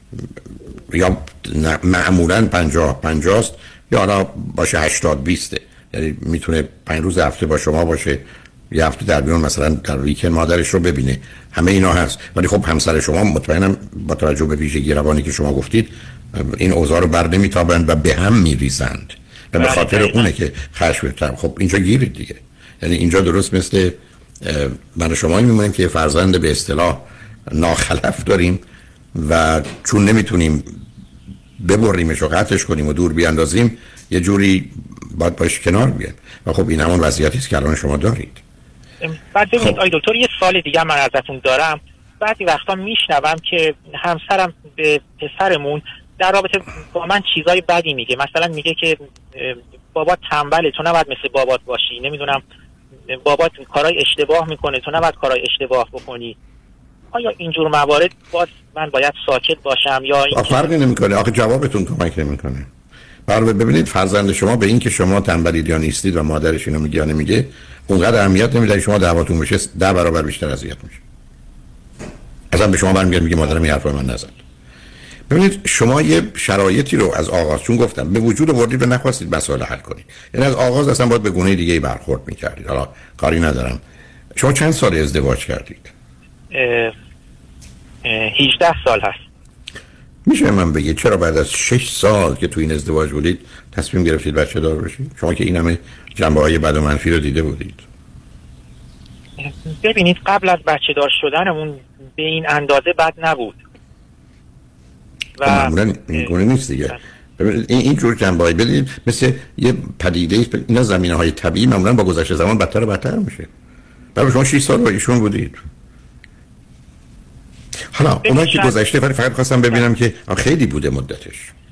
یا معمولا پنجاه پنجاه است یا حالا باشه هشتاد بیسته، یعنی میتونه پنج روز هفته با شما باشه، یه هفته در بیان مثلا در ویکند مادرش رو ببینه، همه اینا هست. ولی خب همسر شما مطمئنم با توجه به ویژگی روانی که شما گفتید این اوضاع رو بر نمیتابند و به هم میریزند و به خاطر اونه که خشم تر. خب اینجا گیرید دیگه، یعنی اینجا درست مثل من شما میمونیم که فرزند به اصطلاح ناخلف داریم و چون نمیتونیم ببریمش و قطعش کنیم و دور بیاندازیم یه جوری باید باش کنار بیایم و خب این همون وضعیتی است که الان شما دارید. بعد ببینید خب. آی دکتر یه سوال دیگه من ازتون دارم. بعضی وقتا میشنوم که همسرم به پسرمون در رابطه با من چیزای بدی میگه. مثلا میگه که بابات تنبله، تو نباید مثل بابات باشی، نمیدونم بابات کارهای اشتباه میکنه، تو نباید کارهای اشتباه بکنی. آیا اینجور موارد باز من باید ساکت باشم یا این فرقی نمیکنه؟ آخه جوابتون کمک نمیکنه. برای ببینید فرزند شما به این که شما تنبلید یا نیستید و مادرش اینو میگه یا نمیگه اونقدر اهمیت نمیده. شما دعواتون بشه ده برابر بیشتر اذیت میشه. اصلا به شما برمیگرده میگه مادرم این حرفو من نزد. ببینید شما یه شرایطی رو از آغاز، چون گفتم به وجود آوردید و نخواستید مسائل حل کنید، یعنی از آغاز اصلا باید به گونه دیگه برخورد میکردید. حالا کاری ندارم. شما چند سال ازدواج کردید؟ اه اه هجده سال هست. میشه من بگید چرا بعد از شش سال که تو این ازدواج بودید تصمیم گرفتید بچه دار بشید؟ شما که این همه جنبه‌های بد و منفی رو دیده بودید. ببینید قبل از بچه دار شدنمون به این اندازه بد نبود و معمولا این گونه نیست دیگه. ببینید این اینجور جنبه‌ای بدید مثل یه پدیده، اینا زمینه‌های طبیعی معمولا با گذشت زمان بدتر و بدتر میشه. برای شما شش سال با ایشون بودید. حالا اونایی که گذشته ولی فقط خواستم ببینم که خیلی بوده مدتش.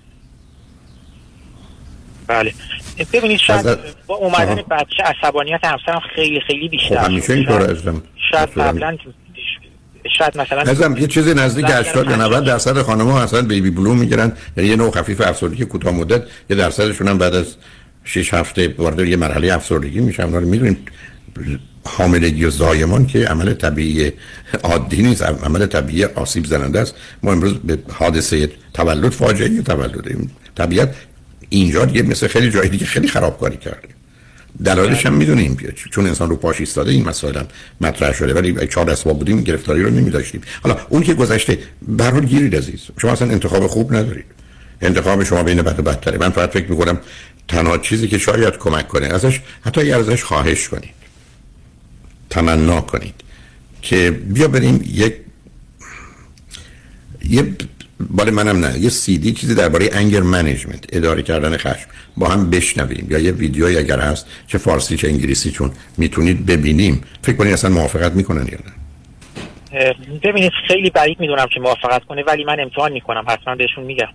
بله ببینید شاید با اومدن بچه عصبانیت همسرم خیلی خیلی بیشتر. خب همیشه اینطور ازم. شاید قبلا شاید مثلا ازم یه چیزی نزدیک هشتاد یا نود درصد خانم‌ها اصلا بیبی بلو میگیرن، یعنی یه نوع خفیف افسردگی کوتاه مدت، یه درصدشون هم بعد از شش هفته وارد یه مرحله افسردگی میشن. اونا رو میدونید حاملگی و زایمان که عمل طبیعی عادی نیست، عمل طبیعی آسیب زننده است. ما امروز به حادثه تولد فاجعه تولد طبیعت اینجا دیگه مثل خیلی جای دیگه خیلی خرابکاری کرده. دلایلش هم میدونیم چون انسان رو پاش ایستاده این مسائل هم مطرح شده، ولی چهار اسباب بودیم گرفتاری رو نمی‌داشتیم. حالا اون که گذشته به هر حال گیرید عزیز، شما اصلا انتخاب خوب ندارید. انتخاب شما بین بد و بدتره. من فقط فکر می‌کنم تنها چیزی که شاید کمک کنه ازش حتی یه ازش خواهش کنید، تمنا کنید که بیا بریم یک یه بالا منم نه یه سی دی چیزی درباره انگر منیجمنت، اداره کردن خشم با هم بشنویم، یا یه ویدیویی اگر هست چه فارسی چه انگلیسی چون میتونید ببینیم. فکر کنید اصلا موافقت میکنن یا نه؟ ببینید خیلی بعید میدونم که موافقت کنه، ولی من امتحان میکنم، حتما بهشون میگم.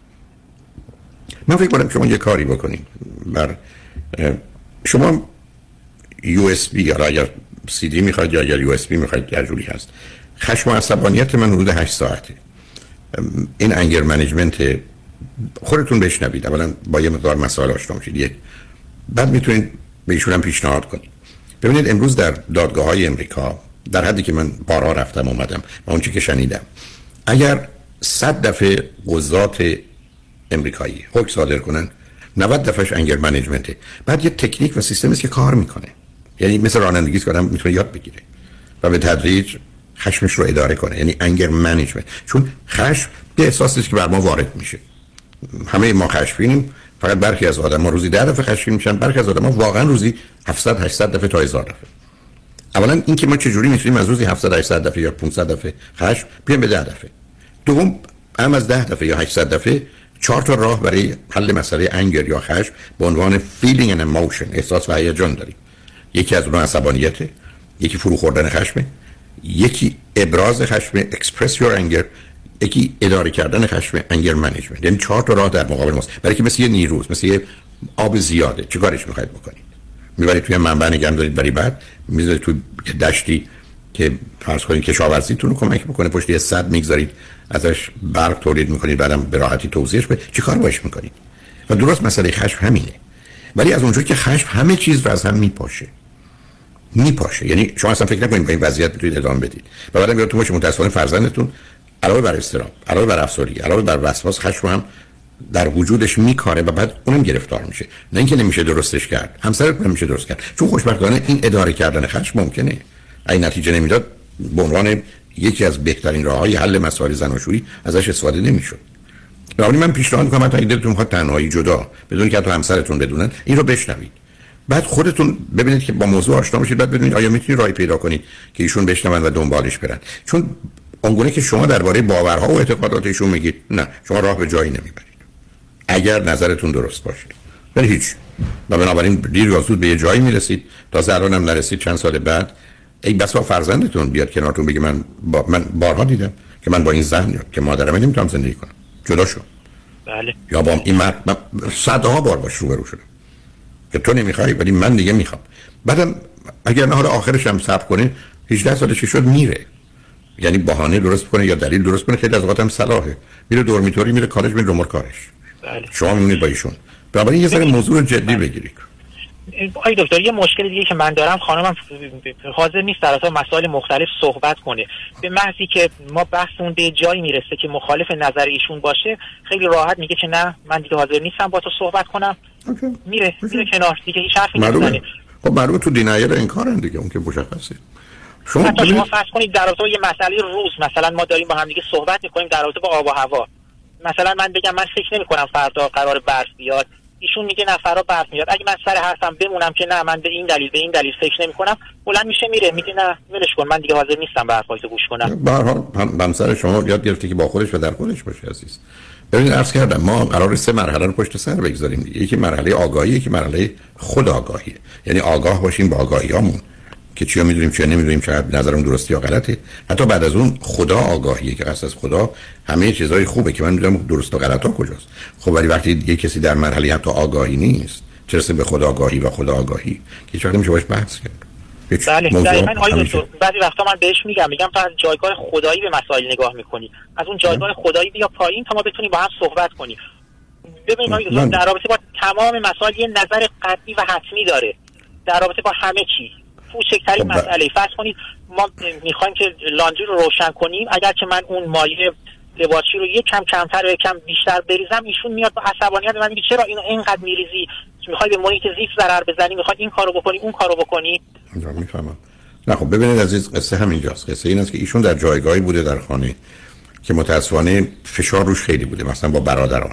من فکر کنم شما یه کاری بکنید. بر شما یو اس بی یا اگر سی دی میخواید یا اگر یو اس بی میخواید هر جوری هست، خشم و عصبانیت من حدود هشت ساعته. این انگر منیجمنت خودتون بشنوید، اولا با یه مقدار مسائل آشنا بشید، یک بعد میتونید به ایشون هم پیشنهاد کنید. ببینید امروز در دادگاه‌های امریکا در حدی که من بارها رفتم اومدم و اون چیزی که شنیدم، اگر صد دفعه قضات امریکایی حکم صادر کنن نود دفعهش انگر منیجمنته. بعد یه تکنیک و سیستمی است که کار میکنه، یعنی مثل رانندگی است که آدم میتونه یاد بگیره و به تدریج خشمش رو اداره کنه، یعنی انگر منیجمنت. چون خشم یه احساسی است که بر ما وارد میشه. همه ما خشمگینیم، فقط برخی از آدم‌ها روزی ده دفعه خشمگین میشن، برخی از آدم‌ها واقعا روزی هفتصد هشتصد دفعه تا هزار دفعه. اولا این که ما چه جوری میتونیم از روزی هفتصد هشتصد دفعه یا پانصد دفعه خشم بیایم به ده دفعه. دوم هم از ده دفعه یا هشتصد دفعه چهار تا راه برای حل مسئله انگر یا خشم به عنوان feeling and emotion، احساس و هیجان داریم. یکی از اونها عصبانیته، یکی فرو خوردن خشمه، یکی ابراز خشم express your anger، یکی اداره کردن خشم anger management. یعنی چهار تا راه در مقابل ماست. برای که مثل یه نیروز، مثل یه آب زیاده. چه کارش می‌خواید بکنید؟ می‌برید توی منبع نگم دارید، برای بعد می‌ذارید توی دشتی که فرض کنید کشاورزیتون رو کمک می‌کنه، پشت یه سد می‌گذارید ازش برق تولید می‌کنید، بعدم به راحتی توزیعش به چه کار باش می‌کنید؟ و درست مسئله خشم همینه. ولی از اونجایی که خشم همه چیز رو از هم میپاشه میپاشه یعنی شما اصلا فکر نکنید به این وضعیت بتونید ادامه بدید و بعدم یادتون باشه متأسفانه فرزندتون علاوه بر اضطراب، علاوه بر افسردگی، علاوه بر وسواس، خشم هم در وجودش میکاره و بعد اونم گرفتار میشه. نه اینکه نمیشه درستش کرد، همسرت نمیشه درست کرد، چون خوشبختانه این اداره کردن خشم ممکنه. این نتیجه نمیداد به عنوان یکی از بهترین راههای حل مسائل زناشویی ازش استفاده نمیشد. بنابراین من پیشنهاد میکنم حتی اگه دلتون میخواد تنهایی جدا بدون که حتی همسرتون بدونن این رو بشنوید، بعد خودتون ببینید که با موضوع آشنا بشید، بعد ببینید آیا میتونید راهی پیدا کنید که ایشون بشنون و دنبالش برن. چون اونگونه که شما درباره باورها و اعتقادات ایشون میگید نه، شما راه به جایی نمیبرید اگر نظرتون درست باشه. ولی هیچ و بنابراین دیر یا زود به یه جایی میرسید. تا الان هم نرسید، چند سال بعد ای بسا فرزندتون بیاد کنارتون بگه من با من بارها دیدم که من با این زن که مادرم نمیتونم زندگی کنم، جدا شو. بله. یا با این مرد صدها بار باش روبرو شدم که تو نمیخوای ولی من دیگه میخوام. بعدم اگر نه حالا آخرش هم صبر کنه هجده سالش شد میره، یعنی بهانه درست کنه یا دلیل درست کنه. خیلی از اوقات هم صلاحه، میره دورمیتوری، میره کالج، میره دنبال کارش. بله. شما میمونید با ایشون. بنابراین یه ذره موضوع جدی بگیرید. آی دکتر یه مشکل دیگه که من دارم، خانمم حاضر نیست در اصل مسائل مختلف صحبت کنه. به محضی که ما بحثمون به جایی میرسه که مخالف نظر ایشون باشه، خیلی راحت میگه که نه من دیگه حاضر نیستم با تو صحبت کنم. اوکی. میره اوکی. میره کنار دیگه، هیچ حرفی نمیزنه. خب معلومه تو دینایل انکارن دیگه، اون که مشخصه. شما حتی شما فرض کنید در رابطه با یه مسئله روز مثلا ما داریم با هم دیگه صحبت میکنیم در رابطه با آب و هوا، مثلا من بگم من فکر نمی‌کنم فردا قرار برف بیاد، ایشون میگه نه فردا برف میاد. اگه من سر حرفم بمونم که نه من به این دلیل به این دلیل فکر نمی‌کنم، بلند میشه میره میگه نه ولش کن من دیگه حاضر نیستم به حرفاتو گوش کنم. به هر حال همسر شما یاد گرفته که با خودش و در خودش باشه عزیز. ببینید عرض کردم ما قرار سه مرحله رو پشت سر بگذاریم دیگه. یکی مرحله آگاهی، یکی مرحله خودآگاهی، یعنی آگاه باشیم با آگاهیامون که چیا میدونیم چیا نمیدونیم، شاید نظرمون درسته یا غلطه. حتی بعد از اون خدا آگاهیه که قصد از خدا همه چیزای خوبه که من میدونم درست و غلطا کجاست. خب ولی وقتی دیگه کسی در مرحله حتی آگاهی نیست، چه رسه به خدا آگاهی و خدا آگاهی که هیچ وقت نمیشه باش بحث کرد. بله دقیقاً آقای دکتر، بعضی وقتا من بهش میگم میگم تو از جایگاه خدایی به مسائل نگاه میکنی، از اون جایگاه خدایی بیا پایین تا ما بتونیم با هم صحبت کنیم. ببینید آقای دکتر در رابطه با تمام مسائل یه نظر قطعی و حتمی داره در رابطه با همه چی. کوچکترین مسئله فرض کنید ما میخوایم که لاندری رو روشن کنیم، اگر که من اون مایع لباسشویی رو یک کم کمتر و یک کم بیشتر بریزم، ایشون میاد با عصبانیت به من میگه چرا اینو اینقدر میریزی، میخوای به محیط زیست ضرر بزنی، میخوای این کارو بکنی اون کارو بکنی. میفهمم. نه خب ببینید عزیز، قصه همینجاست. قصه این است که ایشون در جایگاهی بوده در خانه که متاسفانه فشار روش خیلی بوده، مثلا با برادران،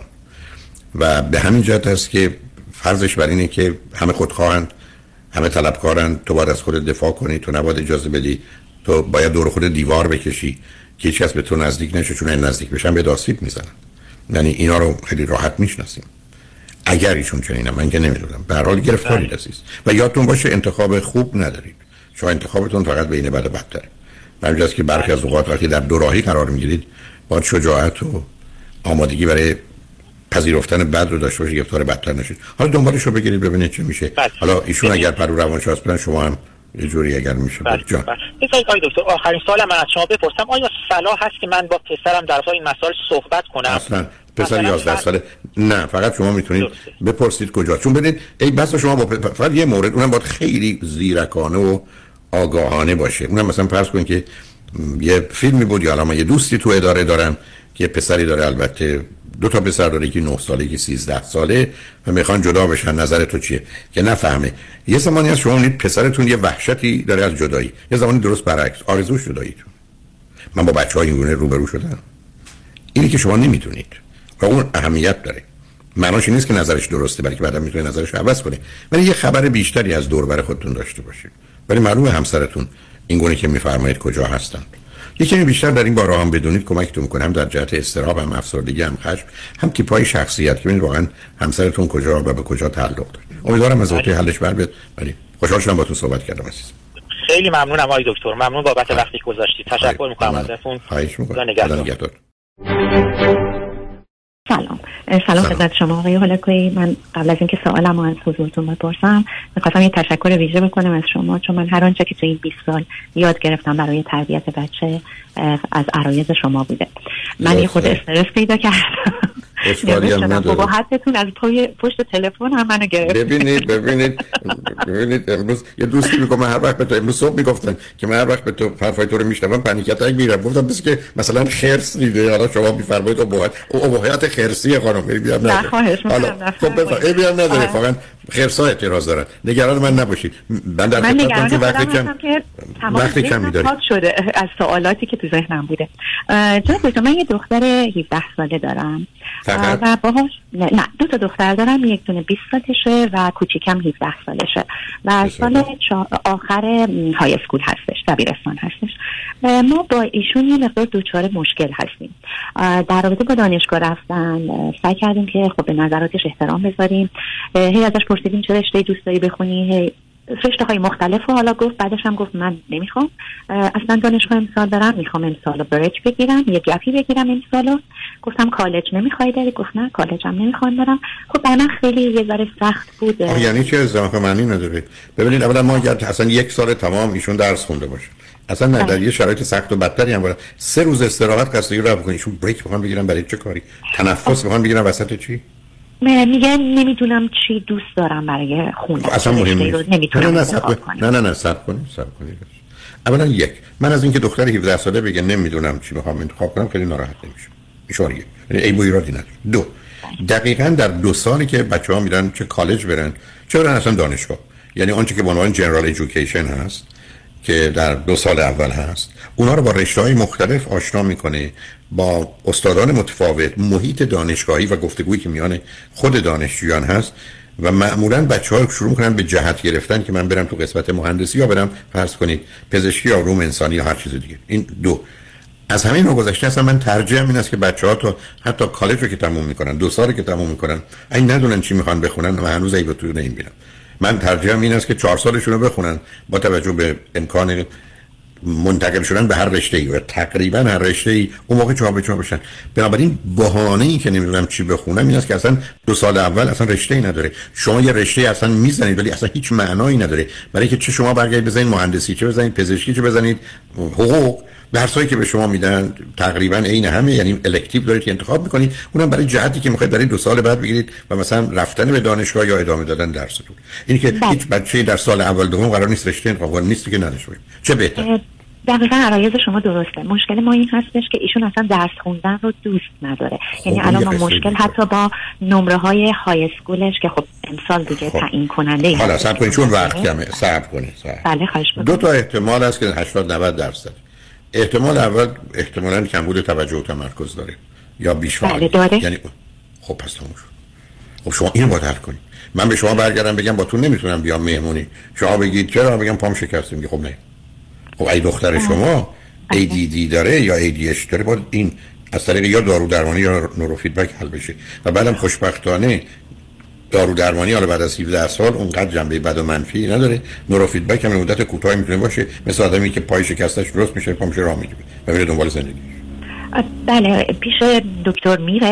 و به همین جهت است که فرضش بر اینه که همه خودخواهند، همه طلبکارن، تو باید از خودت دفاع کنی، تو نباید اجازه بدی، تو باید دور خودت دیوار بکشی که هیچ کس به تو نزدیک نشه، چون نزدیک بشن به آسیب میزنن. یعنی اینا رو خیلی راحت میشناسیم. اگر ایشون چنینه من که نمیدونم، به هر حال گرفتاری عزیز. و یادتون باشه انتخاب خوب ندارید، شما انتخابتون فقط بین بد و بدتره. همینجاست که برخی از اوقات وقتی در دوراهی قرار میگیرید باید شجاعت و آمادگی برای پذیرفتن بد رو داشته باشید، گرفتار بدتر نشید. حالا دنبالش رو بگیرید ببینید چه میشه. بله. حالا ایشون اگر پرو روانشناس بدن، شما هم یه جوری اگر میشه. بله. جان بذارید آقای دکتر آخرین سوال من از شما بپرسم، آیا صلاح هست که من با پسرم در رابطه این مسائل صحبت کنم؟ اصلا پسر یازده ساله نه، فقط شما میتونید بپرسید کجا. چون ببینید ای بس شما با پ... فقط یه مورد، اونم باید خیلی زیرکانه و آگاهانه باشه. اونم مثلا فرض کنید که یه فیلمی بود یا الان یه دوستی تو اداره دارم که یه پسری داره، البته دو تا پسر داره، یکی نه ساله یکی سیزده ساله، و میخوان جدا بشن. نظر تو چیه؟ که نفهمه. یه زمانی از شما میبینید پسرتون یه وحشتی داره از جدایی، یه زمانی درست برعکس آرزوش جداییتون. من با بچه‌ها اینگونه روبرو شدم. اینی که شما نمیتونید و اون اهمیت داره. معناش نیست که نظرش درسته، بلکه بعدا میتونه نظرش رو عوض کنه. ولی یه خبر بیشتری از دور و بر خودتون داشته باشید. ولی معلومه همسرتون اینگونه که میفرمایید کجا هستن. یکی بیشتر در این باره هم بدونید کمکتون میکنه، هم در جهت اضطراب، هم افسردگی، هم خشم، هم تیپای شخصیت، که ببینید واقعا همسرتون کجا و به کجا تعلق داره. امیدوارم از اوقات حلش بر بیاد. ولی خوشحال شدم باهاتون صحبت کردم عزیز. خیلی ممنونم آقای دکتر، ممنون بابت وقتی گذاشتید. تشکر میکنم ازتون. خواهش میکنم. نگهدار. سلام سلام خدمت شما آقای هولاکویی. من قبل از اینکه سوالمو از حضورتون بپرسم می‌خواستم یه تشکر ویژه بکنم از شما، چون من هر آنچه که تو این بیست سال یاد گرفتم برای تربیت بچه از عرایض شما بوده. من یه خود استرس پیدا کردم. اشکالی هم نداره. بابا حتتون از پای پشت تلفن هم منو گرفت. ببینید ببینید ببینید امروز یه دوستی میگم هر وقت به تو امروز صبح میگفتن که من هر وقت به تو حرفای تو رو میشنوم پنیک اتاک میگیرم. گفتم بس که مثلا خرس دیده، حالا شما میفرمایید ابهت ابهت خرسی خانم میگم نداره. حالا خب بفرمایید ایبی هم نداره، واقعا خرسا اعتراض دارن. نگران من نباشید. من در خدمتتون که وقتی کم وقتی کم می‌دارید شده از سوالاتی که تو ذهنم بوده. چون من یه دختر هفده ساله دارم و باهاش نه, نه دو تا دختر دارم، یک دونه بیست سالشه و کوچیکم هفده سالشه و سال آخر های اسکول هستش، دبیرستان هستش. ما با ایشون یه مقدار دوچار مشکل هستیم در رابطه با دانشگاه رفتن. سعی کردیم که خب به نظراتش احترام بذاریم، هی ازش پرسیدیم چه رشته دوست داری بخونی، هی رشته های مختلف رو حالا گفت. بعدش هم گفت من نمیخوام اصلا دانشگاه امسال برم، میخوام امسال بریک بگیرم، یه گپی بگیرم امسالو. گفتم کالج نمیخوای بری؟ گفت نه کالج هم نمیخوام برم. خب برای من خیلی یه ذره سخت بود. یعنی چه ازدواج معنی نداره. ببینید اولا ما اگر اصلا یک سال تمام ایشون درس خونده باشه، اصلا نه در یه شرایط سخت و بدتری هم باشه، سه روز استراحت قصدی رو بکنید، ایشون بریک بخوام بگیرن برای چه کاری؟ تنفس بخوام بگیرن وسط چی؟ میگن نمیدونم چی دوست دارم برای خونه. اصلا مهم نیست. نمیتونم نه نه نه نه نه صبر کنید صبر کنید. اولا یک، من از اینکه دختر هفده ساله بگه نمیدونم چی میخوام انتخاب کنم خیلی ناراحت نمیشم. ایشون یعنی ای بو ایرادی نداره. دو، دقیقاً در دو سالی که بچه‌ها میرن چه کالج برن چه برن اصلا دانشگاه، یعنی آنچه که به عنوان جنرال ایژوکیشن هست که در دو سال اول هست، اونا رو با رشته‌های مختلف آشنا میکنه، با استادان متفاوت، محیط دانشگاهی و گفتگویی که میان خود دانشجویان هست و معمولاً بچه‌ها شروع میکنن به جهت گرفتن که من برم تو قسمت مهندسی یا برم فرض کنید پزشکی یا علوم انسانی یا هر چیز دیگه. این دو. از همین رو گذشته اصلا من ترجیحم این است که بچه‌ها تو حتی کالج رو که تموم میکنن، دو سالی که تموم میکنن، این ندونن چی میخوان بخونن و هنوز ایو تو نمیبینم. من ترجیحم این است که چهار سالشون رو بخونن با توجه به امکان منتقل شدن به هر رشته‌ای و تقریبا هر رشته‌ای اون موقع جابجا بشن. بنابراین بهانه‌ای که نمیدونم چی بخونم این است که اصلا دو سال اول اصلا رشته‌ای نداره. شما یه رشته اصلا میزنید ولی اصلا هیچ معنایی نداره، برای که چه شما برگردید بزنید مهندسی، چه بزنید پزشکی، چه بزنید حقوق، درسایی که به شما میدن تقریبا عین همه، یعنی الکتیو دارید که انتخاب میکنید، اونم برای جهتی که میخواید برای دو سال بعد بگیرید و مثلا رفتن به دانشگاه یا ادامه دادن درستون. این که بله. هیچ بچه‌ای در سال اول دوم قرار نیست رشته انتخاب کنه، نیست که نداشته باشه. چه بهتر. دقیقاً عرایض شما درسته. مشکل ما این هستش که ایشون اصلا درس خوندن رو دوست نداره. یعنی الان ما مشکل حتی با نمره های های اسکولش که خب امسال دیگه خب. تعیین کننده ای حالا صبر کنید چون وقت کمه. صبر کنید. بله خواهش می‌کنم. دو تا احتمال هست که هشتاد نود درصد. احتمال اول احتمالاً کمبود توجه و تمرکز داره یا بیش بله داره. یعنی خب پس تموم شد. خب شما اینو باید حل کنید. من به شما برگردم بگم با تو نمیتونم بیام مهمونی، شما بگید چرا؟ بگم پام شکسته. میگه خب نه. خب ای دختر شما ای دی دی داره یا ای دی اچ داره، باید این از طریق یا دارو درمانی یا نورو فیدبک حل بشه. و بعدم خوشبختانه دارو درمانی حالا بعد از هفده سال اونقدر جنبه بد و منفی نداره. نورو فیدبک هم مدت کوتاهی میتونه باشه، مثل آدمی که پای شکستش درست میشه پا میشه راه میره و میره دنبال زندگی. بله پیش دکتر میره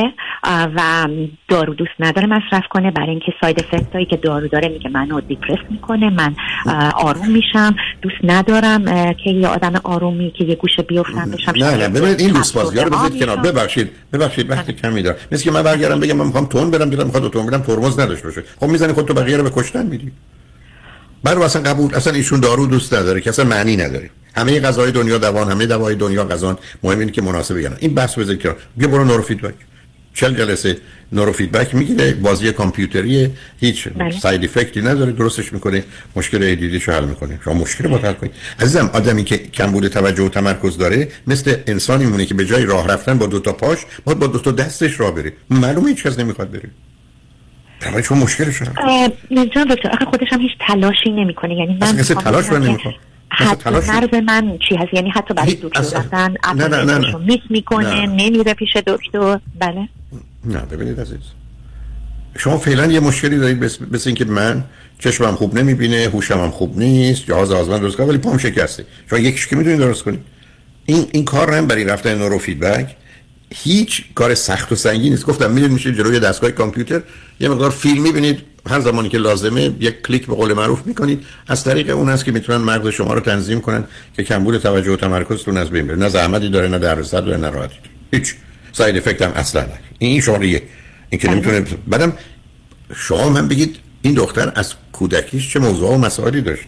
و دارو دوست نداره مصرف کنه برای اینکه ساید افکت هایی که دارو داره میگه منو دیپرس میکنه، من آروم میشم، دوست ندارم که یه آدم آرومی که یه گوشه بیافتم بشم. نه نه ببینید این لوسبازی ها رو بذارید کنار. ببخشید ببخشید وقت کمی دارم. مثل که من برگردم بگم من میخوام تون برم دلم میخواد اتومبیلم ترمز نداشته باشه. خب میزنی خودت بقیه رو به کشتن میدی. برای اصلا قبول اصلا ایشون دارو دوست نداره که اصلا معنی نداره. همه غذای دنیا دوان، همه دوای دنیا غذان، مهم اینه که مناسب بگن. این بحث بذارید کنار. بیا برو نورو فیدبک. چهل جلسه نورو فیدبک میگیره، بازی کامپیوتریه، هیچ بله. ساید افکتی نداره، درستش میکنه، مشکل ای دی دیشو حل میکنه. شما مشکل رو حل کنید. عزیزم آدمی که کمبود توجه و تمرکز داره مثل انسانی میمونه که به جای راه رفتن با دو تا پاش باید با دو تا دستش راه بره. معلومه هیچ کس نمیخواد بره. برای چون مشکلش هست. نمیدونم دکتر آخه خودش هم هیچ تلاشی نمیکنه. یعنی من اصلا تلاش رو نمیکنه. حتی مرز من چی هست؟ یعنی حتی برای دکتر رفتن اپلیکیشن میس میکنه، نمیره پیش دکتر. بله نه ببینید عزیز، شما فعلا یه مشکلی دارید مثل اینکه من چشمم خوب نمیبینه، هوشم هم خوب نیست، جهاز آزمون درست کنم ولی پام شکسته. شما یکیش که میدونید درست کنید. این این کار هم برای رفتن نورو فیدبک هیچ کار سخت و سنگین نیست. گفتم میرید میشه جلوی دستگاه کامپیوتر یه مقدار فیلم میبینید، هر زمانی که لازمه یک کلیک به قول معروف میکنید، از طریق اون است که میتونن مغز شما رو تنظیم کنن که کمبود توجه و تمرکزتون از بین بره. نه زحمتی داره، نه دردسر داره، نه راحتی داره، هیچ ساید افکت هم اصلا نداره. این شماره این که نمیتونه. بعدم شما من بگید این دختر از کودکیش چه موضوع و مسائلی داشت؟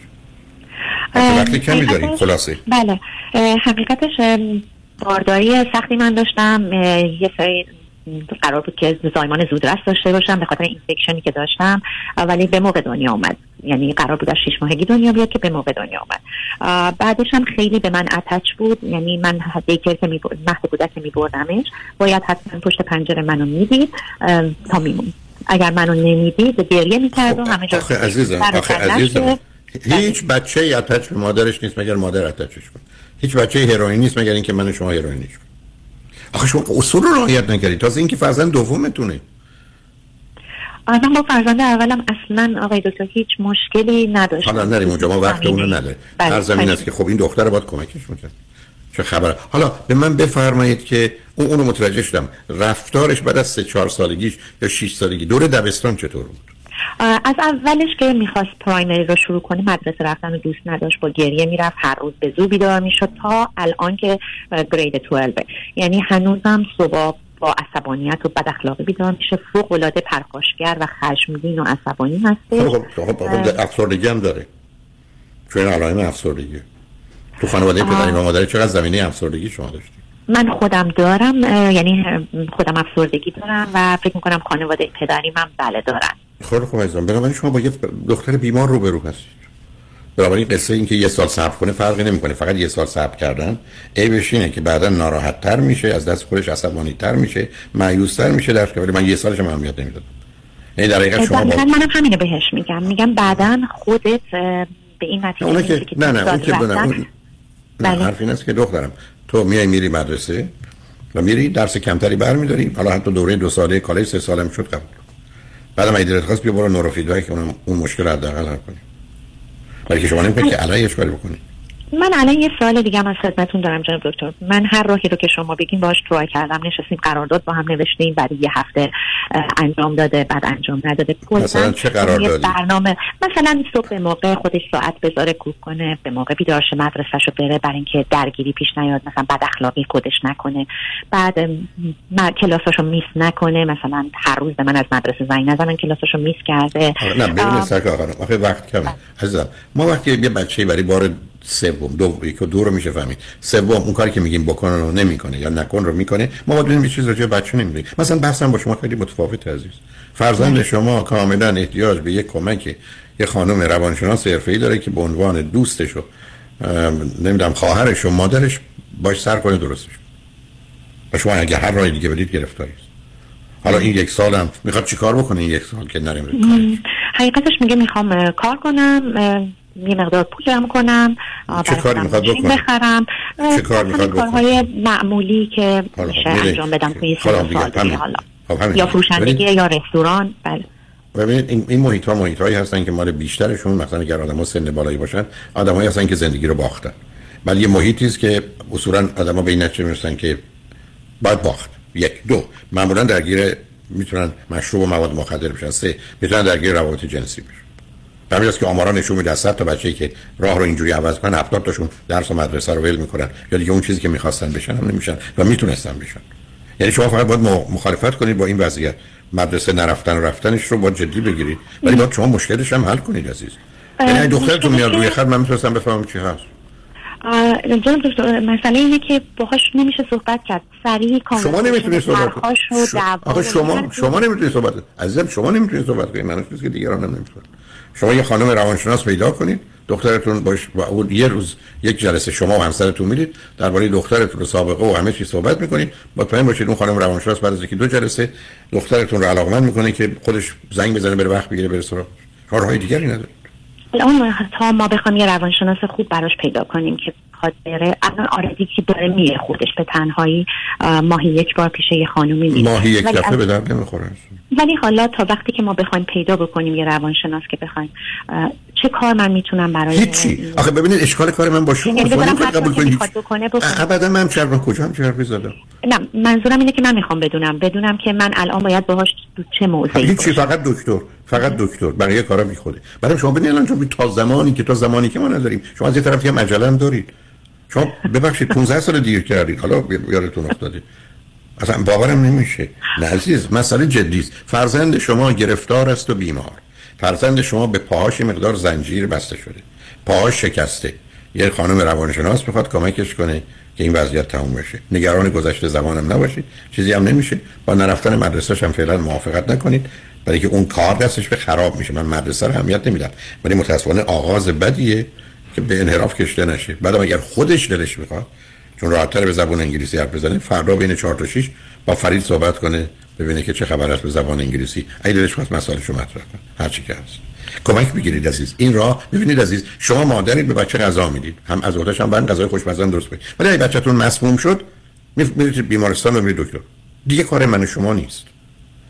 وقتی کمی داریم خلاصه. بله حقیقتش بارداری سختی من داشتم، یه سری قرار بود که زایمان زودرس داشته باشم به خاطر اینفکشنی که داشتم، ولی به موقع دنیا اومد. یعنی قرار بود از شش ماهگی دنیا بیاد که به موقع دنیا اومد. بعدش هم خیلی به من اتچ بود. یعنی من دیگر که می مهد کودک که میبردمش باید حتما پشت پنجره منو میدید تا میمون. اگر منو نمیدید گریه میکرد و همه جا. آخه عزیزم آخه عزیزم هیچ بچه ای اتچ به مادرش نیست مگر مادر اتچش کنه. هیچ بچه هروئین نیست مگر اینکه من و شما هروئینش کنیم. آخه شما اصول رو رعایت نکردید. تازه اینکه فرزند دومتونه. من با فرزند اولم اصلا آقای دکتر هیچ مشکلی نداشتم. حالا نریم اونجا، ما وقت اون رو نداره. هر زمین است که خب این دختر باید کمکش میکنه. چه خبره؟ حالا به من بفرمایید که اون اونو متوجه شدم، رفتارش بعد از سه چهار سالگیش یا شش سالگی دور دبستان چطور بود؟ از اولش که میخواست پرایمری رو شروع کنه مدرسه رفتن رو دوست نداشت، با گریه میرفت، هر روز به زور بیدار میشد تا الان که گرید دوازده، یعنی هنوزم صبح با عصبانیت و بد اخلاقی بیدار میشه، فوق العاده پرخاشگر و خشمگین و عصبانی هسته. خب خب افسردگی هم داره. چون علائم افسردگی تو خانواده پدری و مادر چقدر زمینه افسردگی شما داشتید؟ من خودم دارم، یعنی خودم افسردگی دارم و فکر میکنم خانواده پدری من بله دارن. خیلی خوب عزیزم، بنابراین شما با یه دختر بیمار روبرو هستید. بنابراین قصه این که یه سال صبر کنه فرقی نمیکنه، فقط یه سال صبر کردن عیبش اینه که بعدا ناراحت تر میشه، از دست خودش عصبانی تر میشه، مایوس تر میشه، در که من یه سالش هم اهمیت نمیدادم. یعنی در حقیقت شما با... منم همینو بهش میگم، میگم بعدا خودت به این نتیجه که نه نه اون که نه اون نه حرف این است که دخترم تو میای میری مدرسه و میری درس کمتری برمی‌داری، حالا حتی دوره دو ساله کالج سه سالم شد قبول، بعدم اگه دلت خواست بیا برو نوروفیدبک که اون اون مشکل حداقل حل کنی، ولی که شما نمی‌خواید که علیهش کاری بکنی. من الان یه سوال دیگه هم از خدمتتون دارم جناب دکتر. من هر راهی رو که شما بگین باهاش ترای کردم، نشستیم قرارداد با هم نوشتیم، بعد یه هفته انجام داده، بعد انجام نداده. مثلا چه قراردادی؟ برنامه مثلا صبح به موقع خودش ساعت بذاره کوک کنه، به موقع بیدار شه مدرسه‌شو بره، برای اینکه درگیری پیش نیاد، مثلا بد اخلاقی خودش نکنه، بعد کلاساشو میس نکنه، مثلا هر روز به من از مدرسه زنگ نزنن کلاساشو میس کرده. نه ببینید سرکار خانم، آخه وقت کمه عزیزم. ما وقتی یه بچه‌ای برای بار سوم دو یک و دو رو میشه فهمید، سوم اون کاری که میگیم بکنه رو نمیکنه یا نکن رو میکنه، ما باید ببینیم چیز راجع به بچه نمیدونیم. مثلا بحثم با شما خیلی متفاوت عزیز. فرزند شما کاملا احتیاج به یک کمک یه خانم روانشناس حرفه‌ای داره که به عنوان دوستش و نمیدونم خواهرش و مادرش باش سر کنه درستش. و شما اگه هر راهی دیگه بدید گرفتاری است. حالا این یک سالم میخواد چیکار بکنه؟ این یک سال که نریم حقیقتش میگه میخوام کار کنم، یه مقدار پول جمع کنم، چه کاری میخواد بکنه؟ بخرم، چه کار میخواد بکنه؟ کارهای معمولی که میشه انجام بدم توی سال حالا یا فروشندگی یا رستوران. بله ببینید این این محیط ها محیط هایی هستن که مال بیشترشون مثلا اگر آدم‌ها سن بالایی باشن آدمایی هستن که زندگی رو باختن، ولی یه محیطی است که اصولا آدم‌ها به این نتیجه میرسن که باید باخت. یک دو معمولا درگیر میتونن مشروب و مواد مخدر بشن، سه میتونن درگیر روابط جنسی بشن. همین است که آمارا نشون میده صد تا بچه‌ای که راه رو اینجوری عوض کنن هفتاد تاشون درس و مدرسه رو ول میکنن یا دیگه اون چیزی که میخواستن بشن هم نمیشن و میتونستن بشن. یعنی شما فقط باید مخالفت کنید با این وضعیت، مدرسه نرفتن و رفتنش رو باید جدی بگیرید، ولی باید شما مشکلش هم حل کنید عزیز. یعنی دخترتون میاد روی خط، من میتونستم بفهمم چی هست. جناب دکتر مسئله اینه که باهاش نمیشه صحبت کرد، سریع کامل شما نمیتونید صحبت کنید. آخه شما شما نمیتونید صحبت کنید عزیزم، شما نمیتونید صحبت کنید، من چیزی که دیگران هم نمیتونن. شما یه خانم روانشناس پیدا کنید، دخترتون باش و اون یه روز یک جلسه شما و همسرتون میرید درباره دخترتون سابقه و همه چیز صحبت میکنید، مطمئن باشید اون خانم روانشناس بعد از اینکه دو جلسه دخترتون رو علاقمند میکنه که خودش زنگ بزنه بره وقت بگیره بره سراغ. راههای دیگری نداره. الان تا ما بخوام یه روانشناس خوب براش پیدا کنیم که بخواد بره، الان آردی که داره میره خودش به تنهایی ماهی یک بار پیش یه خانومی میره، ماهی یک دفعه به درد نمیخوره. ولی حالا تا وقتی که ما بخوایم پیدا بکنیم یه روانشناس که بخوایم چه کار من میتونم برای هیچی. آخه ببینید اشکال کار من با شما یعنی قبول کنید بکنه بکنه. ابدا من چرا کجا هم چرا زدم. نه منظورم اینه که من میخوام بدونم بدونم که من الان باید باهاش چه موضعی هیچی، فقط دکتر فقط دکتر بقیه کارا بیخوده. برای شما ببینید الان چون تا زمانی که تا زمانی که ما نداریم، شما از یه طرف یه مجله هم دارید، شما ببخشید پانزده سال دیر کردید، حالا یادتون افتاده. اصلا باورم نمیشه. نه عزیز، مسئله جدی است. فرزند شما گرفتار است و بیمار. فرزند شما به پاهاش مقدار زنجیر بسته شده، پاهاش شکسته. یه خانم روانشناس میخواد کمکش کنه که این وضعیت تموم بشه. نگران گذشته زمانم نباشید، چیزی هم نمیشه. با نرفتن مدرسه‌ش هم فعلا موافقت نکنید، برای که اون کار دستش به خراب میشه. من مدرسه رو اهمیت نمیدم، ولی متأسفانه آغاز بدیه که به انحراف کشته نشه. بعدم اگر خودش دلش میخواد، چون راحت‌تر به زبان انگلیسی حرف بزنه، فردا بین چهار تا شش با فرید صحبت کنه ببینه که چه خبر است به زبان انگلیسی. اگه دلش خواست مسائلشو مطرح کنه، هر چی که هست کمک بگیرید عزیز. این راه ببینید عزیز، شما مادرید به بچه غذا میدید، هم از اولش هم بعد غذای خوشمزه درست کنید، ولی اگه بچه‌تون مسموم شد میرید بیمارستان و میرید دکتر. دیگه کار من و شما نیست.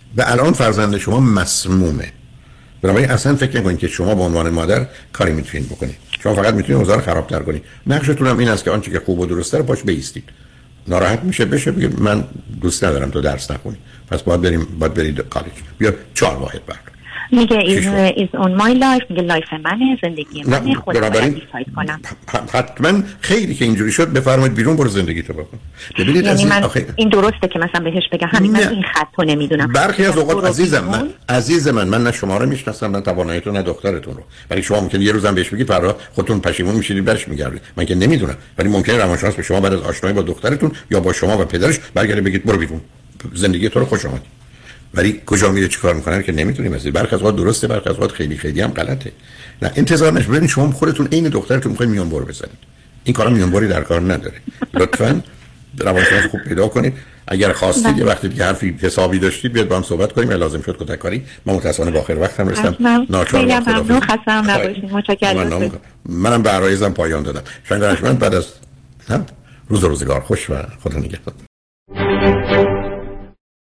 و الان فرزند شما مسمومه. بنابراین اصلا فکر نکنید که شما به عنوان مادر کاری میتونید بکنید. شما فقط میتونید اوضاع رو خرابتر کنید. نقشتون هم این است که آنچه که خوب و درسته رو پاش بایستید. ناراحت میشه بشه بگید من دوست ندارم تو درس نخونی، پس باید بریم باید برید کالج. بیا چهار واحد برد. میگه is is on my life، میگه لایف منه، زندگی منه، خودم باید دیساید کنم. حتما خیلی که اینجوری شد بفرمایید بیرون برو زندگی تو بکن. ببینید یعنی عزیز من آخه این درسته که مثلا بهش بگم همین من این خطو نمیدونم. برخی از اوقات عزیزم من عزیز من من نه شما رو میشناسم نه تواناییتون نه دخترتون رو، ولی شما ممکنه یه روزم بهش بگید فردا خودتون پشیمون میشید برش میگردید. من که نمیدونم، ولی ممکنه روانشناس به شما بعد از آشنایی با دخترتون یا با شما و پدرش برگرده بگید برو بیرون، زندگی تو رو خوش آمد. ولی کجا میره چیکار میکنه که نمیتونیم. مثلا برخی از اوقات درسته، برخی از اوقات خیلی خیلی هم غلطه. نه انتظار نشه ببینید شما خودتون عین دخترتون میخواید میون بر بزنید. این کارا میون بری در کار نداره. لطفاً روانشناس خوب پیدا کنید. اگر خواستید یه وقتی دیگه حرفی حسابی داشتید بیاد با هم صحبت کنیم. لازم شد کتک کاری. من متأسفانه با آخر وقتم رسیدم. ناچار ممنون، خستم نباشید. متشکرم. منم به عرایزم پایان دادم. شنگ رحمت بعد از روز روزگار خوش و خدا نگهدار.